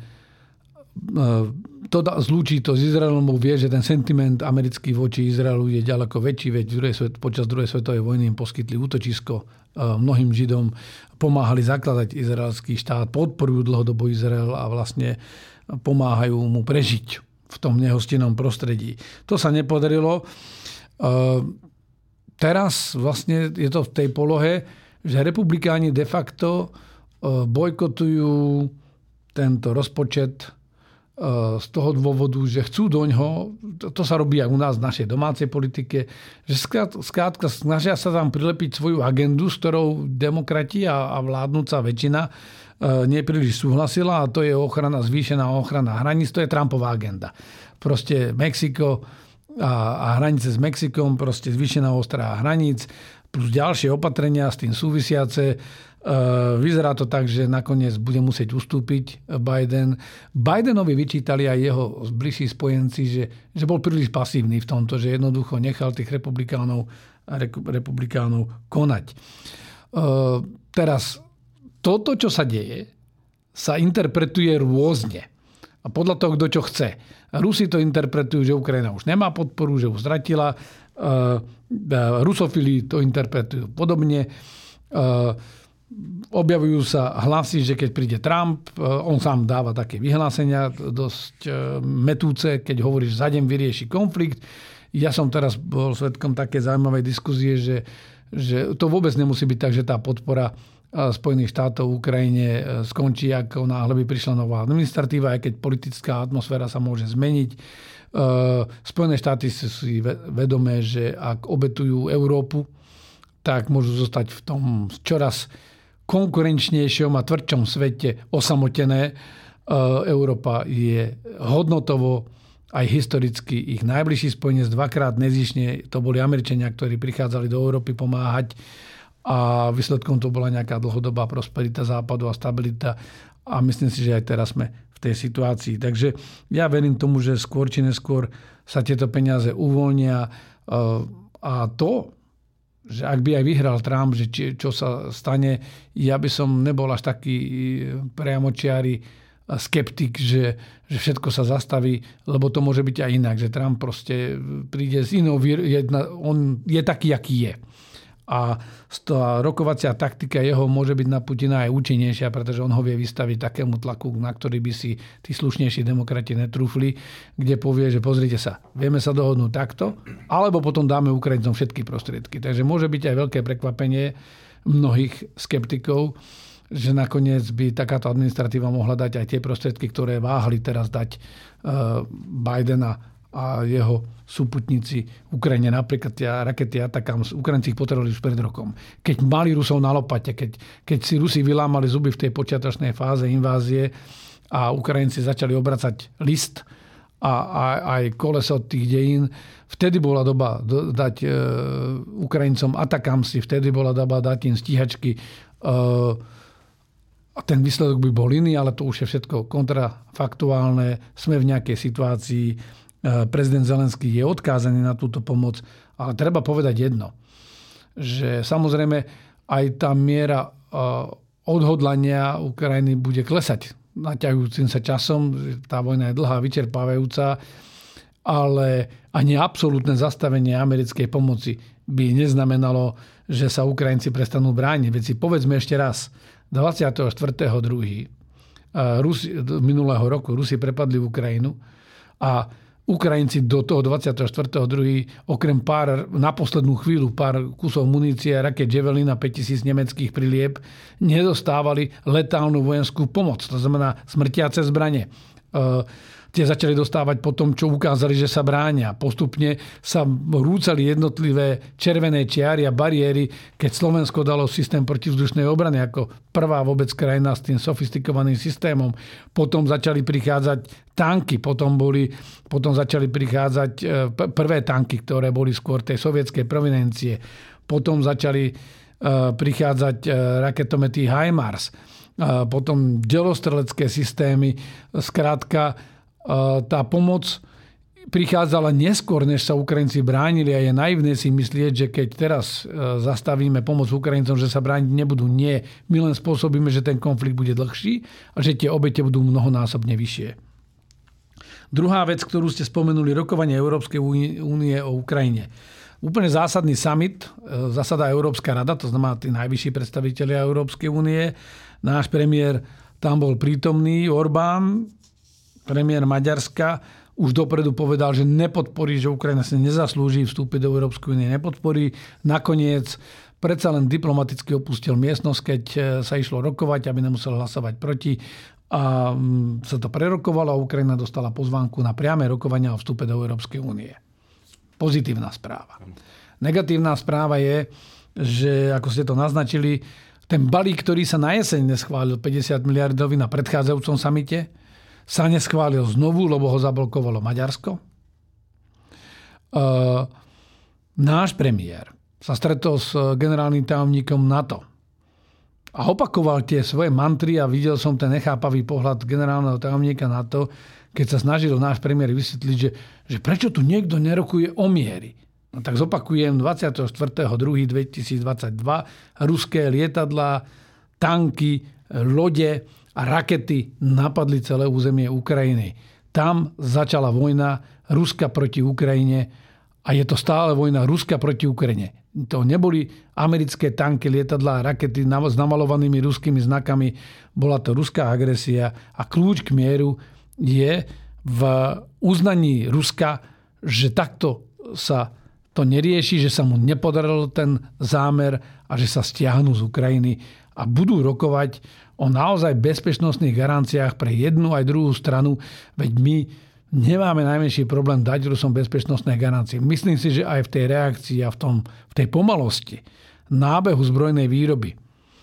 to zlúči to s Izraelom, vie, že ten sentiment americký voči Izraelu je ďaleko väčší, veď počas druhej svetovej vojny im poskytli útočisko mnohým Židom, pomáhali zakladať izraelský štát, podporujú dlhodobo Izrael a vlastne pomáhajú mu prežiť v tom nehostinnom prostredí. To sa nepodarilo. Teraz vlastne je to v tej polohe, že republikáni de facto bojkotujú tento rozpočet z toho dôvodu, že chcú doňho, to sa robí aj u nás v našej domácej politike, že skrátka snažia sa tam prilepiť svoju agendu, s ktorou demokrati a vládnúca väčšina nepríliš súhlasila, a to je zvýšená ochrana hraníc, to je Trumpová agenda. Proste Mexiko a hranice s Mexikom, proste zvýšená ostrá hraníc, plus ďalšie opatrenia s tým súvisiace. Vyzerá to tak, že nakoniec bude musieť ustúpiť Biden. Bidenovi vyčítali aj jeho bližší spojenci, že bol príliš pasívny v tomto, že jednoducho nechal tých republikánov konať. Teraz, toto, čo sa deje, sa interpretuje rôzne. A podľa toho, kto čo chce. Rusi to interpretujú, že Ukrajina už nemá podporu, že už ztratila. Rusofili to interpretujú podobne. Objavujú sa hlasy, že keď príde Trump, on sám dáva také vyhlásenia dosť metúce, keď hovorí, že za deň vyrieši konflikt. Ja som teraz bol svedkom také zaujímavej diskuzie, že to vôbec nemusí byť tak, že tá podpora Spojených štátov Ukrajine skončí, ako náhle by prišla nová administratíva, aj keď politická atmosféra sa môže zmeniť. Spojené štáty sú si vedomé, že ak obetujú Európu, tak môžu zostať v tom čoraz konkurenčnejšom a tvrdšom svete osamotené. Európa je hodnotovo aj historicky ich najbližší spojenec, dvakrát nezišne. To boli Američania, ktorí prichádzali do Európy pomáhať a výsledkom to bola nejaká dlhodobá prosperita západu a stabilita. A myslím si, že aj teraz sme v tej situácii. Takže ja verím tomu, že skôr či neskôr sa tieto peniaze uvoľnia. A to, že ak by aj vyhral Trump, že čo sa stane, ja by som nebol až taký priamočiary skeptik, že všetko sa zastaví, lebo to môže byť aj inak, že Trump proste príde z inou, on je taký, aký je. A tá rokovacia taktika jeho môže byť na Putina aj účinnejšia, pretože on ho vie vystaviť takému tlaku, na ktorý by si tí slušnejší demokrati netrúfli, kde povie, že pozrite sa, vieme sa dohodnúť takto, alebo potom dáme Ukrajincom všetky prostriedky. Takže môže byť aj veľké prekvapenie mnohých skeptikov, že nakoniec by takáto administratíva mohla dať aj tie prostriedky, ktoré váhali teraz dať Bidena a jeho súputníci Ukrajine. Napríklad tie rakety Atacams, Ukrajinci ich potrebovali už pred rokom. Keď mali Rusov na lopate, keď si Rusi vylámali zuby v tej počiatočnej fáze invázie a Ukrajinci začali obracať list a aj koleso tých dejín, vtedy bola doba dať Ukrajincom Atacamsy, vtedy bola doba dať im stíhačky. A ten výsledok by bol iný, ale to už je všetko kontrafaktuálne. Sme v nejakej situácii. Prezident Zelenský je odkázaný na túto pomoc, ale treba povedať jedno, že samozrejme aj tá miera odhodlania Ukrajiny bude klesať naťahujúcim sa časom. Tá vojna je dlhá, vyčerpávajúca, ale ani absolútne zastavenie americkej pomoci by neznamenalo, že sa Ukrajinci prestanú brániť. Veď si povedzme ešte raz, 24.2. minulého roku Rusi prepadli Ukrajinu a Ukrajinci do toho 24.2. okrem pár na poslednú chvíľu pár kusov munície a raket Javelin a 5000 nemeckých prilieb nedostávali letálnu vojenskú pomoc. To znamená smrtiace zbrane. Tie začali dostávať po tom, čo ukázali, že sa bránia. Postupne sa rúcali jednotlivé červené čiary a bariéry, keď Slovensko dalo systém protivzdušnej obrany ako prvá vôbec krajina s tým sofistikovaným systémom. Potom začali prichádzať tanky, potom začali prichádzať prvé tanky, ktoré boli skôr tej sovietskej provinencie. Potom začali prichádzať raketomety HIMARS. Potom delostrelecké systémy. Skrátka, tá pomoc prichádzala neskôr, než sa Ukrajinci bránili a je naivné si myslieť, že keď teraz zastavíme pomoc Ukrajincom, že sa brániť nebudú. Nie. My len spôsobíme, že ten konflikt bude dlhší a že tie obete budú mnohonásobne vyššie. Druhá vec, ktorú ste spomenuli, rokovanie Európskej únie o Ukrajine. Úplne zásadný summit, zasadá Európska rada, to znamená tí najvyšší predstavitelia Európskej únie. Náš premiér tam bol prítomný, Orbán, premiér Maďarska, už dopredu povedal, že nepodporí, že Ukrajina si nezaslúži vstúpiť do Európskej únie, nepodporí. Nakoniec predsa len diplomaticky opustil miestnosť, keď sa išlo rokovať, aby nemusel hlasovať proti. A sa to prerokovalo a Ukrajina dostala pozvánku na priame rokovania o vstupe do Európskej únie. Pozitívna správa. Negatívna správa je, že, ako ste to naznačili, ten balík, ktorý sa na jeseň neschválil, 50 miliardový na predchádzajúcom samite, sa neschválil znovu, lebo ho zablokovalo Maďarsko. Náš premiér sa stretol s generálnym tajomníkom NATO a opakoval tie svoje mantry a videl som ten nechápavý pohľad generálneho tajomníka na to, keď sa snažil náš premiér vysvetliť, že prečo tu niekto nerokuje o miery. No tak zopakujem, 24.2.2022 ruské lietadlá, tanky, lode a rakety napadli celé územie Ukrajiny. Tam začala vojna Ruska proti Ukrajine a je to stále vojna Ruska proti Ukrajine. To neboli americké tanky, lietadlá a rakety s namalovanými ruskými znakami. Bola to ruská agresia a kľúč k mieru je v uznaní Ruska, že takto sa to nerieši, že sa mu nepodaril ten zámer a že sa stiahnu z Ukrajiny a budú rokovať o naozaj bezpečnostných garanciách pre jednu aj druhú stranu, veď my nemáme najmenší problém dať Rusom bezpečnostné garancie. Myslím si, že aj v tej reakcii a v tej pomalosti nábehu zbrojnej výroby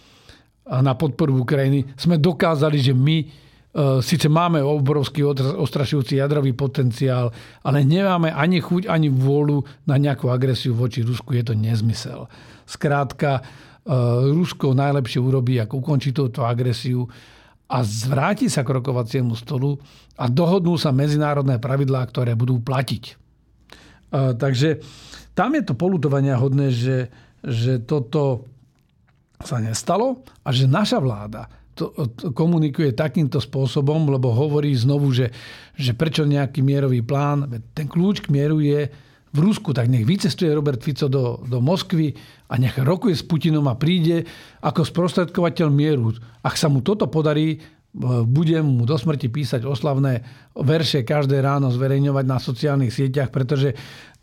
na podporu Ukrajiny sme dokázali, že my síce máme obrovský ostrašujúci jadrový potenciál, ale nemáme ani chuť, ani vôľu na nejakú agresiu voči Rusku. Je to nezmysel. Skrátka, Rusko najlepšie urobí, ako ukončí túto agresiu a zvráti sa k rokovaciemu stolu a dohodnú sa medzinárodné pravidlá, ktoré budú platiť. Takže tam je to poľutovania hodné, že toto sa nestalo a že naša vláda to komunikuje takýmto spôsobom, lebo hovorí znovu, že prečo nejaký mierový plán. Ten kľúč k mieru je v Rusku, tak nech vycestuje Robert Fico do Moskvy a nech rokuje s Putinom a príde ako sprostredkovateľ mieru. Ak sa mu toto podarí, budem mu do smrti písať oslavné verše každé ráno zverejňovať na sociálnych sieťach, pretože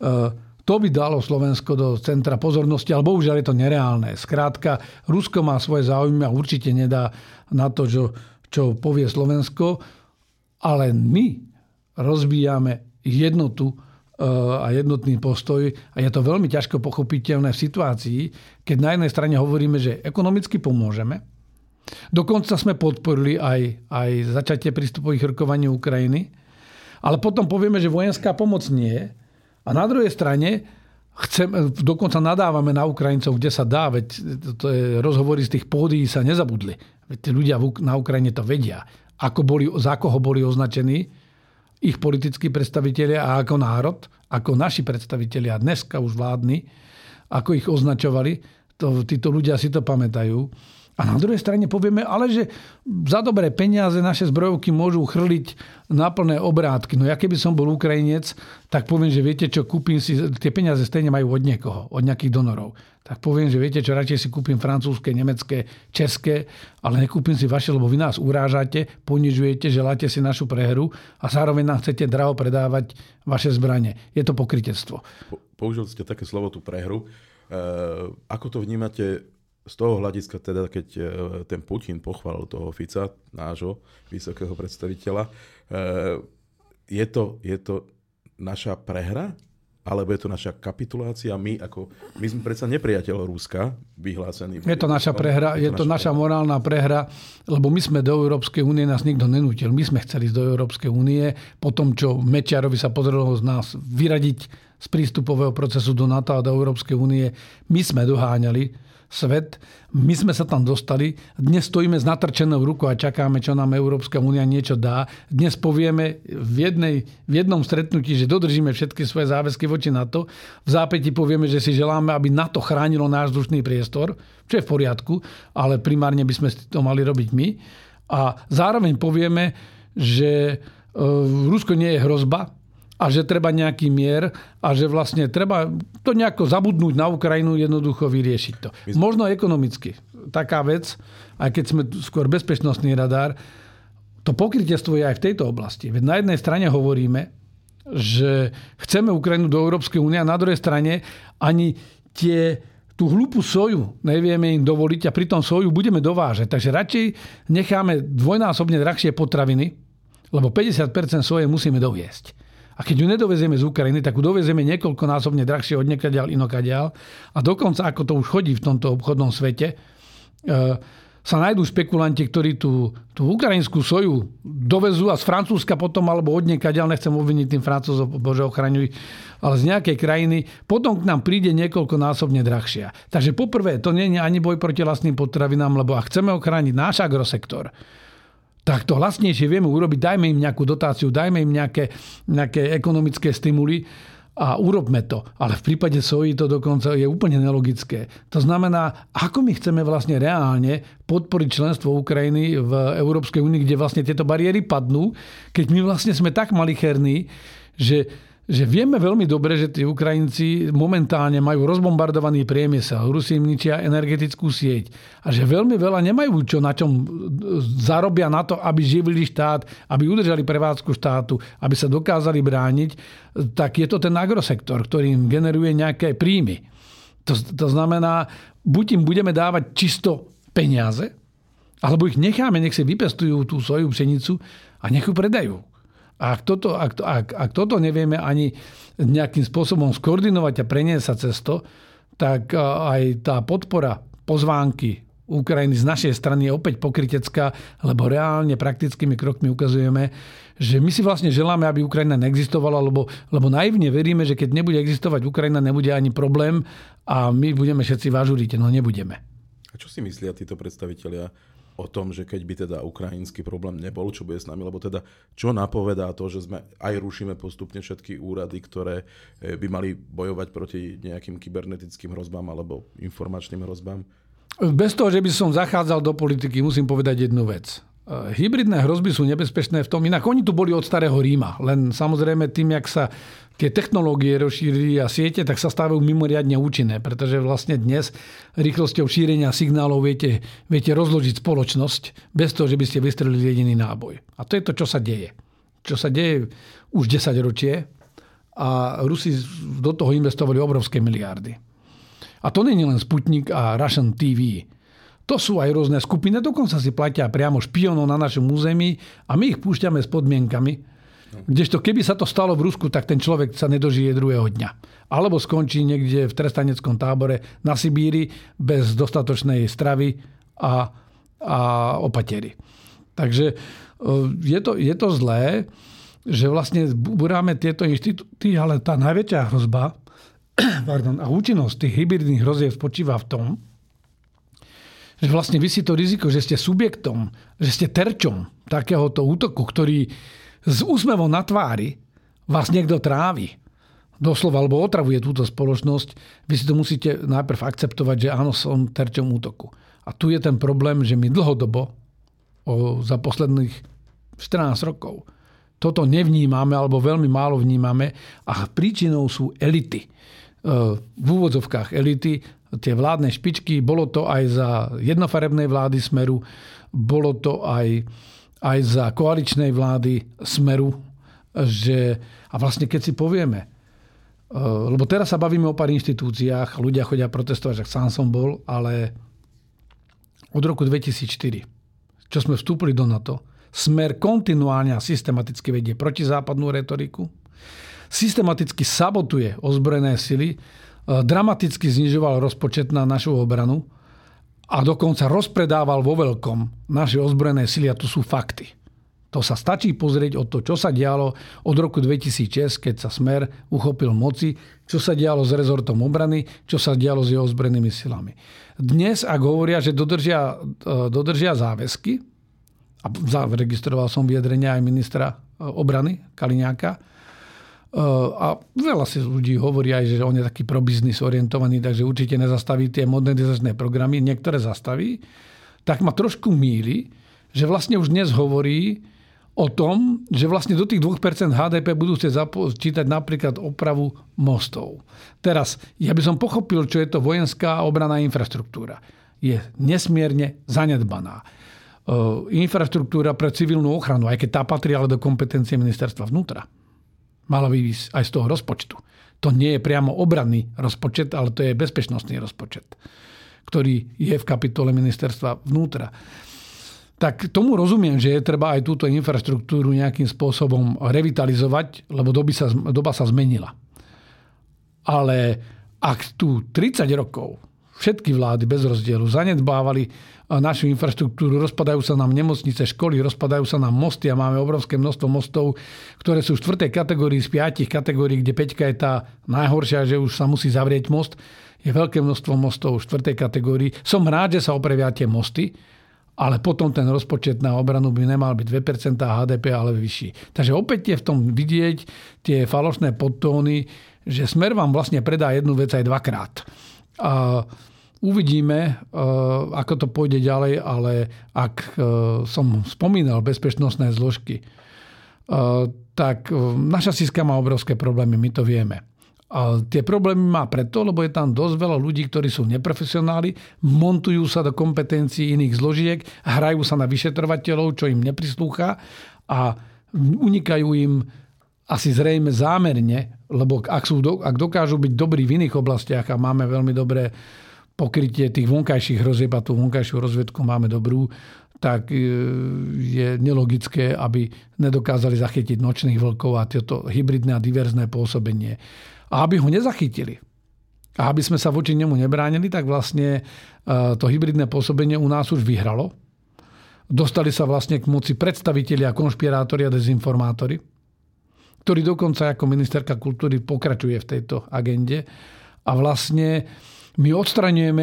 to by dalo Slovensko do centra pozornosti, ale bohužiaľ je to nereálne. Skrátka, Rusko má svoje záujmy a určite nedá na to, čo povie Slovensko, ale my rozbíjame jednotu a jednotný postoj a je to veľmi ťažko pochopiteľné v situácii, keď na jednej strane hovoríme, že ekonomicky pomôžeme. Dokonca sme podporili aj začatie prístupových rokovaní Ukrajiny, ale potom povieme, že vojenská pomoc nie je. A na druhej strane dokonca nadávame na Ukrajincov, kde sa dá, veď to je, rozhovory z tých pódií sa nezabudli. Veď tí ľudia na Ukrajine to vedia. Za koho boli označení ich politickí predstavitelia a ako národ, ako naši predstavitelia dneska už vládni, ako ich označovali, títo ľudia si to pamätajú. A na druhej strane povieme, ale že za dobré peniaze naše zbrojovky môžu chrliť na plné obrátky. No ja keby som bol Ukrajinec, tak poviem, že viete čo, kúpim si, tie peniaze stejne majú od niekoho, od nejakých donorov. Tak poviem, že viete čo, radšej si kúpim francúzske, nemecké, české, ale nekúpim si vaše, lebo vy nás urážate, ponižujete, želáte si našu prehru a zároveň nám chcete draho predávať vaše zbranie. Je to pokrytectvo.
Použili ste také slovo, tú prehru. Ako to vnímate z toho hľadiska, teda, keď ten Putin pochválil toho Fica, nášho vysokého predstaviteľa, je to naša prehra? Alebo je to naša kapitulácia? My sme predsa nepriateľ Ruska, vyhlásený.
Je to naša prehra, je to naša morálna prehra, lebo my sme do Európskej únie, nás nikto nenútil. My sme chceli ísť do Európskej únie, po tom, čo Mečiarovi sa podarilo z nás vyradiť z prístupového procesu do NATO a do Európskej únie. My sme doháňali svet. My sme sa tam dostali. Dnes stojíme s natrčenou rukou a čakáme, čo nám Európska únia niečo dá. Dnes povieme v jednom stretnutí, že dodržíme všetky svoje záväzky voči NATO. V zápäti povieme, že si želáme, aby NATO chránilo náš vzdušný priestor, čo je v poriadku, ale primárne by sme to mali robiť my. A zároveň povieme, že Rusko nie je hrozba, a že treba nejaký mier a že vlastne treba to nejako zabudnúť na Ukrajinu, jednoducho vyriešiť to. Možno ekonomicky. Taká vec, aj keď sme skôr bezpečnostný radár, to pokrytectvo je aj v tejto oblasti. Veď na jednej strane hovoríme, že chceme Ukrajinu do Európskej únie a na druhej strane ani tú hlúpu soju nevieme im dovoliť a pritom soju budeme dovážať. Takže radšej necháme dvojnásobne drahšie potraviny, lebo 50% soje musíme doviesť. A keď ju nedovezieme z Ukrajiny, tak ju dovezieme niekoľkonásobne drahšie od niekaďal inokadiaľ. A dokonca, ako to už chodí v tomto obchodnom svete, sa nájdú špekulanti, ktorí tú ukrajinskú soju dovezú a z Francúzska potom, alebo od niekaďaľ, nechcem obviniť tým Francúzov, bože ochraňuj, ale z nejakej krajiny, potom k nám príde niekoľkonásobne drahšia. Takže poprvé, to nie je ani boj proti lacným potravinám, lebo ak chceme ochrániť náš agrosektor, tak to lacnejšie vieme urobiť, dajme im nejakú dotáciu, dajme im nejaké ekonomické stimuly, a urobme to. Ale v prípade soji to dokonca je úplne nelogické. To znamená, ako my chceme vlastne reálne podporiť členstvo Ukrajiny v Európskej únii, kde vlastne tieto bariéry padnú, keď my vlastne sme tak malicherní, že vieme veľmi dobre, že tí Ukrajinci momentálne majú rozbombardovaný priemysel, Rusi im ničia energetickú sieť a že veľmi veľa nemajú na čom zarobia na to, aby živili štát, aby udržali prevádzku štátu, aby sa dokázali brániť, tak je to ten agrosektor, ktorý im generuje nejaké príjmy. To znamená, buď im budeme dávať čisto peniaze, alebo ich necháme, nech si vypestujú tú svoju pšenicu a nech ju predajú. A ak toto nevieme ani nejakým spôsobom skoordinovať a preniesť sa cez to, tak aj tá podpora pozvánky Ukrajiny z našej strany je opäť pokrytecká, lebo reálne praktickými krokmi ukazujeme, že my si vlastne želáme, aby Ukrajina neexistovala, lebo naivne veríme, že keď nebude existovať Ukrajina, nebude ani problém a my budeme všetci vážuriť. No nebudeme.
A čo si myslia títo predstavitelia o tom, že keď by teda ukrajinský problém nebol, čo bude s nami, lebo teda čo napovedá to, že sme aj rušíme postupne všetky úrady, ktoré by mali bojovať proti nejakým kybernetickým hrozbám alebo informačným hrozbám?
Bez toho, že by som zachádzal do politiky, musím povedať jednu vec. Hybridné hrozby sú nebezpečné v tom, inak oni tu boli od starého Ríma, len samozrejme tým, jak sa tie technológie rozšírili a siete, tak sa stávajú mimoriadne účinné, pretože vlastne dnes rýchlosťou šírenia signálov viete rozložiť spoločnosť bez toho, že by ste vystrelili jediný náboj. A to je to, čo sa deje. Čo sa deje už 10 ročie a Rusi do toho investovali obrovské miliardy. A to nie je len Sputnik a Russian TV. To sú aj rôzne skupiny, dokonca si platia priamo špionov na našom území a my ich púšťame s podmienkami. Kdežto keby sa to stalo v Rusku, tak ten človek sa nedožije druhého dňa. Alebo skončí niekde v trestaneckom tábore na Sibíri bez dostatočnej stravy a opatery. Takže je to zlé, že vlastne buráme tieto inštitúty, ale tá najväčšia hrozba a účinnosť tých hybridných hrozieb spočíva v tom, že vlastne vysí to riziko, že ste subjektom, že ste terčom takéhoto útoku, ktorý s úsmevom na tvári vás niekto trávi. Doslova, alebo otravuje túto spoločnosť. Vy si to musíte najprv akceptovať, že áno, som terčom útoku. A tu je ten problém, že my dlhodobo, za posledných 14 rokov, toto nevnímame, alebo veľmi málo vnímame. A príčinou sú elity. V úvodzovkách elity, tie vládne špičky, bolo to aj za jednofarebnej vlády Smeru, bolo to aj za koaličnej vlády Smeru, a vlastne keď si povieme, lebo teraz sa bavíme o pár inštitúciách, ľudia chodia protestovať, že sám som bol, ale od roku 2004, čo sme vstúpili do NATO, Smer kontinuálne a systematicky vedie protizápadnú retoriku, systematicky sabotuje ozbrojené sily, dramaticky znižoval rozpočet na našu obranu a dokonca rozpredával vo veľkom naše ozbrojené sily, a to sú fakty. To sa stačí pozrieť o to, čo sa dialo od roku 2006, keď sa Smer uchopil moci, čo sa dialo s rezortom obrany, čo sa dialo s jeho ozbrojenými silami. Dnes, ak hovoria, že dodržia záväzky, a zaregistroval som vyjadrenia aj ministra obrany Kaliňáka, a veľa si ľudí hovorí aj, že on je taký pro biznis orientovaný, takže určite nezastaví tie modernizačné programy, niektoré zastaví, tak ma trošku mýli, že vlastne už dnes hovorí o tom, že vlastne do tých 2% HDP budú chcieť započítať napríklad opravu mostov. Teraz, ja by som pochopil, čo je to vojenská obranná infraštruktúra. Je nesmierne zanedbaná. Infraštruktúra pre civilnú ochranu, aj keď tá patrí ale do kompetencie ministerstva vnútra. Mala by ísť aj z toho rozpočtu. To nie je priamo obranný rozpočet, ale to je bezpečnostný rozpočet, ktorý je v kapitole ministerstva vnútra. Tak tomu rozumiem, že je treba aj túto infraštruktúru nejakým spôsobom revitalizovať, lebo doba sa zmenila. Ale ak tu 30 rokov všetky vlády bez rozdielu zanedbávali našu infraštruktúru, rozpadajú sa nám nemocnice, školy, rozpadajú sa nám mosty a máme obrovské množstvo mostov, ktoré sú v 4. kategórii z 5 kategórií, kde 5 je tá najhoršia, že už sa musí zavrieť most. Je veľké množstvo mostov v 4. kategórii. Som rád, že sa opravia tie mosty, ale potom ten rozpočet na obranu by nemal byť 2% HDP, ale vyšší. Takže opäť je v tom vidieť tie falošné podtóny, že Smer vám vlastne predá jednu vec aj dvakrát. A uvidíme, ako to pôjde ďalej, ale ak som spomínal bezpečnostné zložky, tak naša SIS-ka má obrovské problémy, my to vieme. A tie problémy má preto, lebo je tam dosť veľa ľudí, ktorí sú neprofesionáli, montujú sa do kompetencií iných zložiek, hrajú sa na vyšetrovateľov, čo im neprislúcha a unikajú im asi zrejme zámerne, lebo ak dokážu byť dobrí v iných oblastiach a máme veľmi dobré pokrytie tých vonkajších hrozieb a tú vonkajšiu rozvedku máme dobrú, tak je nelogické, aby nedokázali zachytiť nočných vlkov a tieto hybridné a diverzné pôsobenie. A aby ho nezachytili a aby sme sa voči nemu nebránili, tak vlastne to hybridné pôsobenie u nás už vyhralo. Dostali sa vlastne k moci predstavitelia, konšpirátori a dezinformátori, ktorý dokonca ako ministerka kultúry pokračuje v tejto agende. A vlastne my odstraňujeme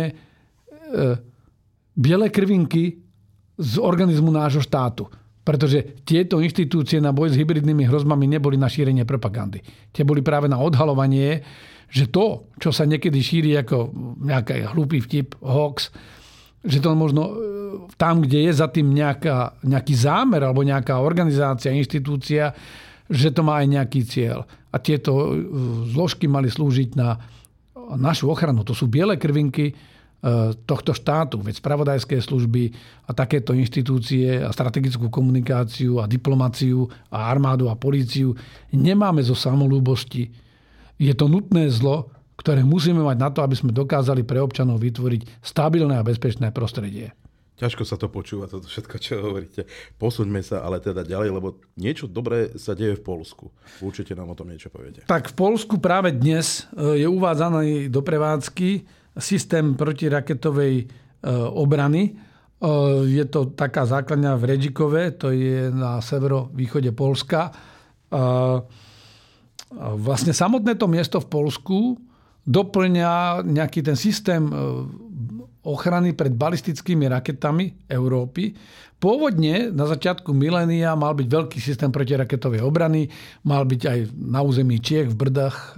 biele krvinky z organizmu nášho štátu. Pretože tieto inštitúcie na boj s hybridnými hrozbami neboli na šírenie propagandy. Tie boli práve na odhalovanie, že to, čo sa niekedy šíri ako nejaký hlúpy vtip, hoax, že to možno tam, kde je za tým nejaký zámer alebo nejaká organizácia, inštitúcia, že to má aj nejaký cieľ. A tieto zložky mali slúžiť na našu ochranu. To sú biele krvinky tohto štátu, veď spravodajské služby a takéto inštitúcie a strategickú komunikáciu a diplomáciu a armádu a políciu nemáme zo samolúbosti. Je to nutné zlo, ktoré musíme mať na to, aby sme dokázali pre občanov vytvoriť stabilné a bezpečné prostredie.
Ťažko sa to počúva, toto všetko, čo hovoríte. Posuňme sa ale teda ďalej, lebo niečo dobré sa deje v Poľsku. Určite nám o tom niečo poviete. Tak
v Poľsku práve dnes je uvádzaný do prevádzky systém protiraketovej obrany. Je to taká základňa v Redžikove, to je na severovýchode Poľska. Vlastne samotné to miesto v Poľsku doplňa nejaký ten systém ochrany pred balistickými raketami Európy. Pôvodne na začiatku milénia mal byť veľký systém protiraketovej obrany, mal byť aj na území Čiech v Brdách,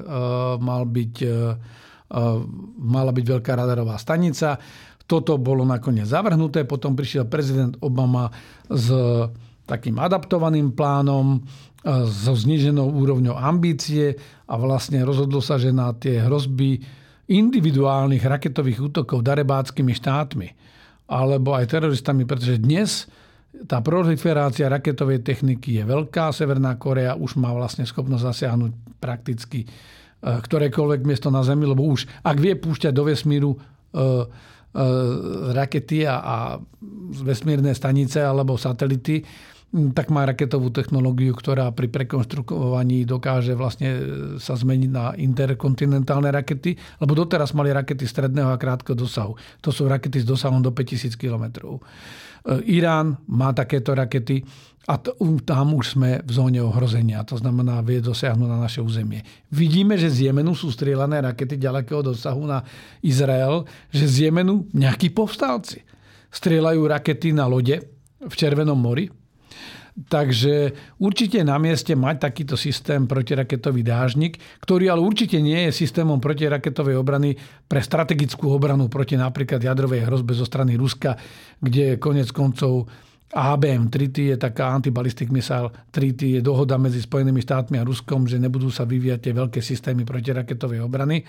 mala byť veľká radarová stanica. Toto bolo nakoniec zavrhnuté. Potom prišiel prezident Obama s takým adaptovaným plánom, so zníženou úrovňou ambície a vlastne rozhodlo sa, že na tie hrozby individuálnych raketových útokov darebáckými štátmi alebo aj teroristami, pretože dnes tá proliferácia raketovej techniky je veľká. Severná Kórea už má vlastne schopnosť zasiahnuť prakticky ktorékoľvek miesto na Zemi, lebo už ak vie púšťať do vesmíru rakety a vesmírne stanice alebo satelity, tak má raketovú technológiu, ktorá pri prekonštruovaní dokáže vlastne sa zmeniť na interkontinentálne rakety, lebo doteraz mali rakety stredného a krátkeho dosahu. To sú rakety s dosahom do 5000 kilometrov. Irán má takéto rakety a tam už sme v zóne ohrozenia. To znamená, vie dosiahnuť na naše územie. Vidíme, že z Jemenu sú strieľané rakety ďalekého dosahu na Izrael, že z Jemenu nejakí povstalci strieľajú rakety na lode v Červenom mori. Takže určite na mieste mať takýto systém protiraketový dážnik, ktorý ale určite nie je systémom protiraketovej obrany pre strategickú obranu proti napríklad jadrovej hrozbe zo strany Ruska, kde konec koncov ABM Treaty je taká antibalistic missile treaty, je dohoda medzi Spojenými štátmi a Ruskom, že nebudú sa vyvíjať tie veľké systémy protiraketovej obrany.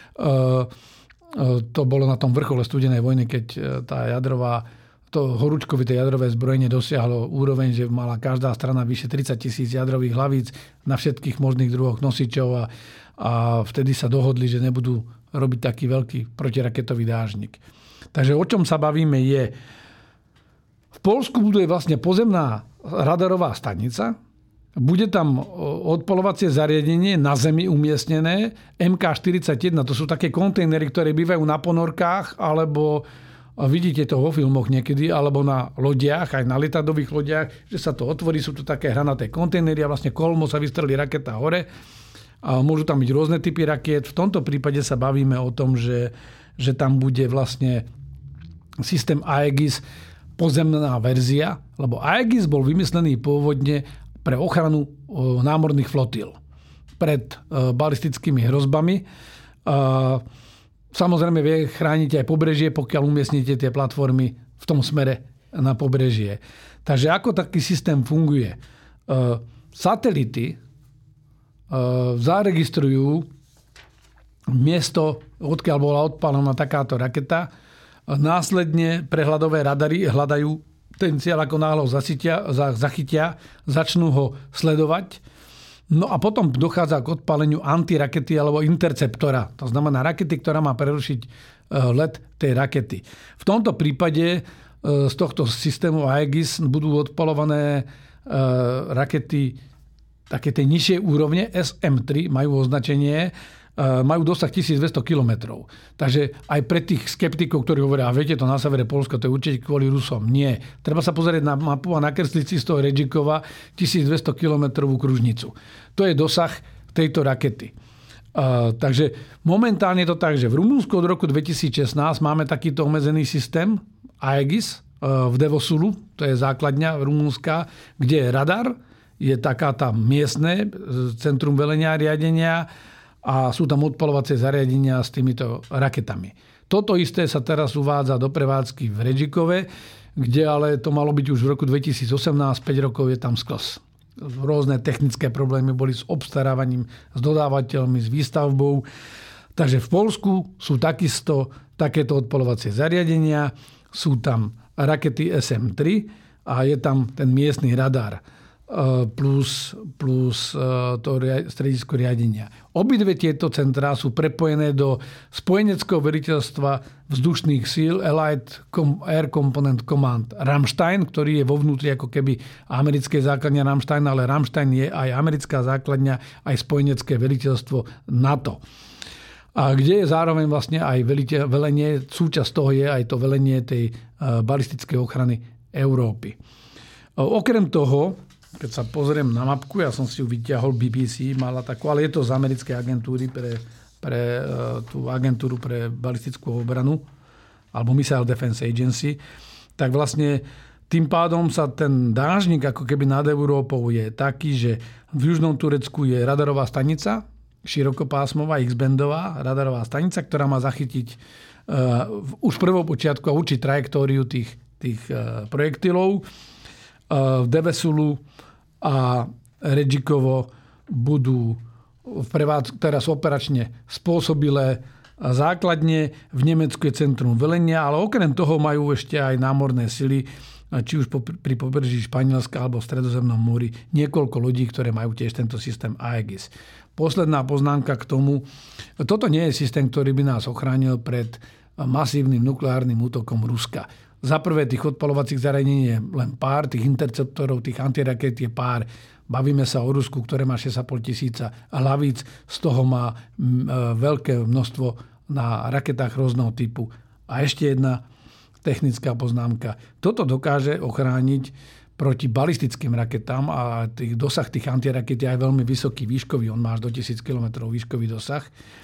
To bolo na tom vrchole studenej vojny, keď tá to horúčkovité jadrové zbrojenie dosiahlo úroveň, že mala každá strana vyše 30 000 jadrových hlavíc na všetkých možných druhoch nosičov a vtedy sa dohodli, že nebudú robiť taký veľký protiraketový dážnik. Takže o čom sa bavíme je, v Poľsku buduje vlastne pozemná radarová stanica, Bude tam odpolovacie zariadenie na zemi umiestnené, MK41, to sú také kontajnery, ktoré bývajú na ponorkách, alebo vidíte to vo filmoch niekedy, alebo na lodiach, aj na lietadlových lodiach, že sa to otvorí, sú to také hranaté kontajnery a vlastne kolmo sa vystrelí raketa hore. A môžu tam byť rôzne typy rakiet. V tomto prípade sa bavíme o tom, že tam bude vlastne systém Aegis pozemná verzia, lebo Aegis bol vymyslený pôvodne pre ochranu námorných flotíl pred balistickými hrozbami. Samozrejme vie chrániť aj pobrežie, pokiaľ umiestnite tie platformy v tom smere na pobrežie. Takže ako taký systém funguje? Satelity zaregistrujú miesto, odkiaľ bola odpálená takáto raketa. Následne prehľadové radary hľadajú ten cieľ, ako náhle zachytia, začnú ho sledovať. No a potom dochádza k odpáleniu antirakety alebo interceptora. To znamená rakety, ktorá má prerušiť let tej rakety. V tomto prípade z tohto systému Aegis budú odpalované rakety také tej nižšej úrovne, SM-3 majú označenie, majú dosah 1200 km. Takže aj pre tých skeptikov, ktorí hovoria, a viete, to na severe Poľska, to je určite kvôli Rusom. Nie. Treba sa pozrieť na mapu a nakresliť si z toho Redžikova 1200 km kružnicu. To je dosah tejto rakety. Takže momentálne je to tak, že v Rumunsku od roku 2016 máme takýto obmedzený systém Aegis v Devosulu, to je základňa Rumunska, kde je radar, je taká tam miestne centrum velenia a riadenia a sú tam odpalovacie zariadenia s týmito raketami. Toto isté sa teraz uvádza do prevádzky v Redžikove, kde ale to malo byť už v roku 2018, 5 rokov je tam sklz. Rôzne technické problémy boli s obstarávaním, s dodávateľmi, s výstavbou. Takže v Poľsku sú takisto takéto odpalovacie zariadenia, sú tam rakety SM-3 a je tam ten miestny radar plus to stredisko riadenia. Obidve tieto centrá sú prepojené do spojeneckého veliteľstva vzdušných síl Allied Air Component Command Ramstein, ktorý je vo vnútri ako keby americké základňa Ramstein, ale Ramstein je aj americká základňa, aj spojenecké veliteľstvo NATO. A kde je zároveň vlastne aj velenie, súčasť toho je aj to velenie tej balistickej ochrany Európy. Okrem toho, keď sa pozriem na mapku, ja som si ju vyťahol, BBC mala takú, ale je to z americkej agentúry pre tú agentúru pre balistickú obranu, alebo Missile Defense Agency, tak vlastne tým pádom sa ten dážnik ako keby nad Európou je taký, že v južnom Turecku je radarová stanica, širokopásmová, X-bandová radarová stanica, ktorá má zachytiť už v prvom počiatku a určiť trajektóriu tých projektilov. V Devesulu a Redžikovo budú teraz operačne spôsobilé základne. V Nemecku je centrum velenia, ale okrem toho majú ešte aj námorné sily, či už pri pobreží Španielska alebo v Stredozemnom mori, niekoľko lodí, ktoré majú tiež tento systém Aegis. Posledná poznámka k tomu. Toto nie je systém, ktorý by nás ochránil pred masívnym nukleárnym útokom Ruska. Za prvé, tých odpalovacích zariadení je len pár, tých interceptorov, tých antiraket je pár. Bavíme sa o Rusku, ktoré má 6,5 tisíca hlavíc, z toho má veľké množstvo na raketách rôzneho typu. A ešte jedna technická poznámka. Toto dokáže ochrániť proti balistickým raketám a dosah tých antiraket je aj veľmi vysoký, výškový. On má až do 1000 km výškový dosah.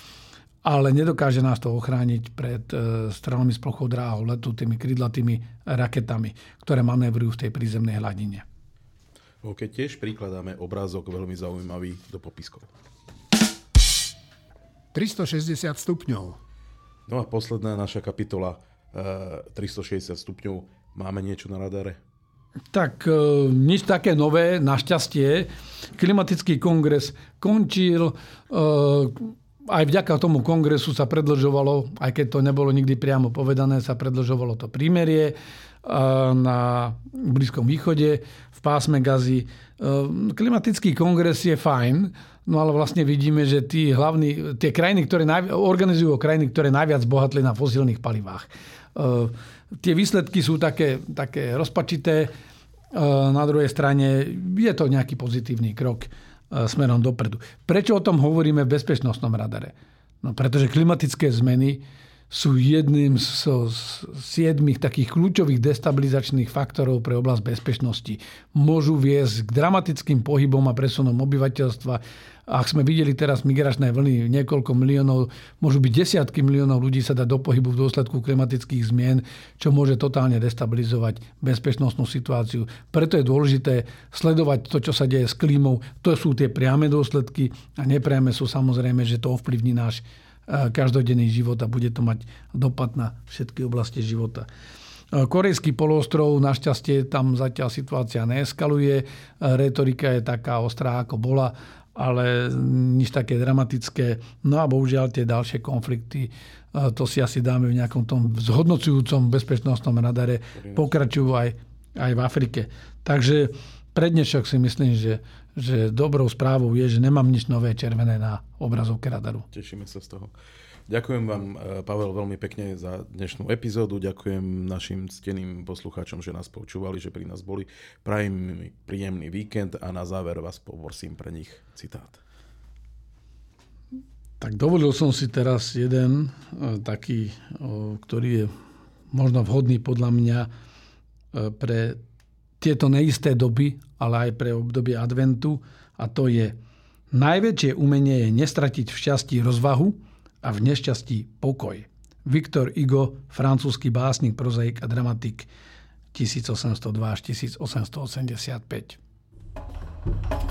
Ale nedokáže nás to ochrániť pred strelami s plochou dráhou letu, tými krydlatými raketami, ktoré manévrujú v tej prízemnej hladine.
OK, tiež prikladáme obrázok veľmi zaujímavý do popiskov.
360 stupňov.
No a posledná naša kapitola 360 stupňov. Máme niečo na radare?
Tak nič také nové, našťastie. Klimatický kongres končil. Aj vďaka tomu kongresu sa predĺžovalo, aj keď to nebolo nikdy priamo povedané, sa predĺžovalo to prímerie na Blízkom východe, v pásme Gazy. Klimatický kongres je fajn, no ale vlastne vidíme, že tie krajiny, ktoré organizujú krajiny, ktoré najviac bohatli na fosílnych palivách. Tie výsledky sú také rozpačité. Na druhej strane je to nejaký pozitívny krok smerom dopredu. Prečo o tom hovoríme v bezpečnostnom radare? No, pretože klimatické zmeny sú jedným z 7 takých kľúčových destabilizačných faktorov pre oblasť bezpečnosti. Môžu viesť k dramatickým pohybom a presunom obyvateľstva. Ak sme videli teraz migračné vlny, niekoľko miliónov, môžu byť desiatky miliónov ľudí sa dať do pohybu v dôsledku klimatických zmien, čo môže totálne destabilizovať bezpečnostnú situáciu. Preto je dôležité sledovať to, čo sa deje s klímou. To sú tie priame dôsledky a nepriame sú samozrejme, že to ovplyvní náš každodenný život a bude to mať dopad na všetky oblasti života. Korejský poloostrov, našťastie tam zatiaľ situácia neeskaluje, retorika je taká ostrá, ako bola, ale nič také dramatické. No a bohužiaľ tie ďalšie konflikty, to si asi dáme v nejakom tom zhodnocujúcom bezpečnostnom radare, pokračujú aj v Afrike. Takže pre dnešok si myslím, že dobrou správou je, že nemám nič nové červené na obrazovke radaru.
Tešíme sa z toho. Ďakujem vám, Pavel, veľmi pekne za dnešnú epizódu. Ďakujem našim cteným poslucháčom, že nás počúvali, že pri nás boli. Prajem mi príjemný víkend a na záver vás poprosím pre nich citát.
Tak dovolil som si teraz jeden taký, ktorý je možno vhodný podľa mňa pre tieto neisté doby, ale aj pre obdobie adventu, a to je: najväčšie umenie je nestratiť v šťastí rozvahu a v nešťastí pokoj. Victor Hugo, francúzsky básnik, prozaik a dramatik 1802 až 1885.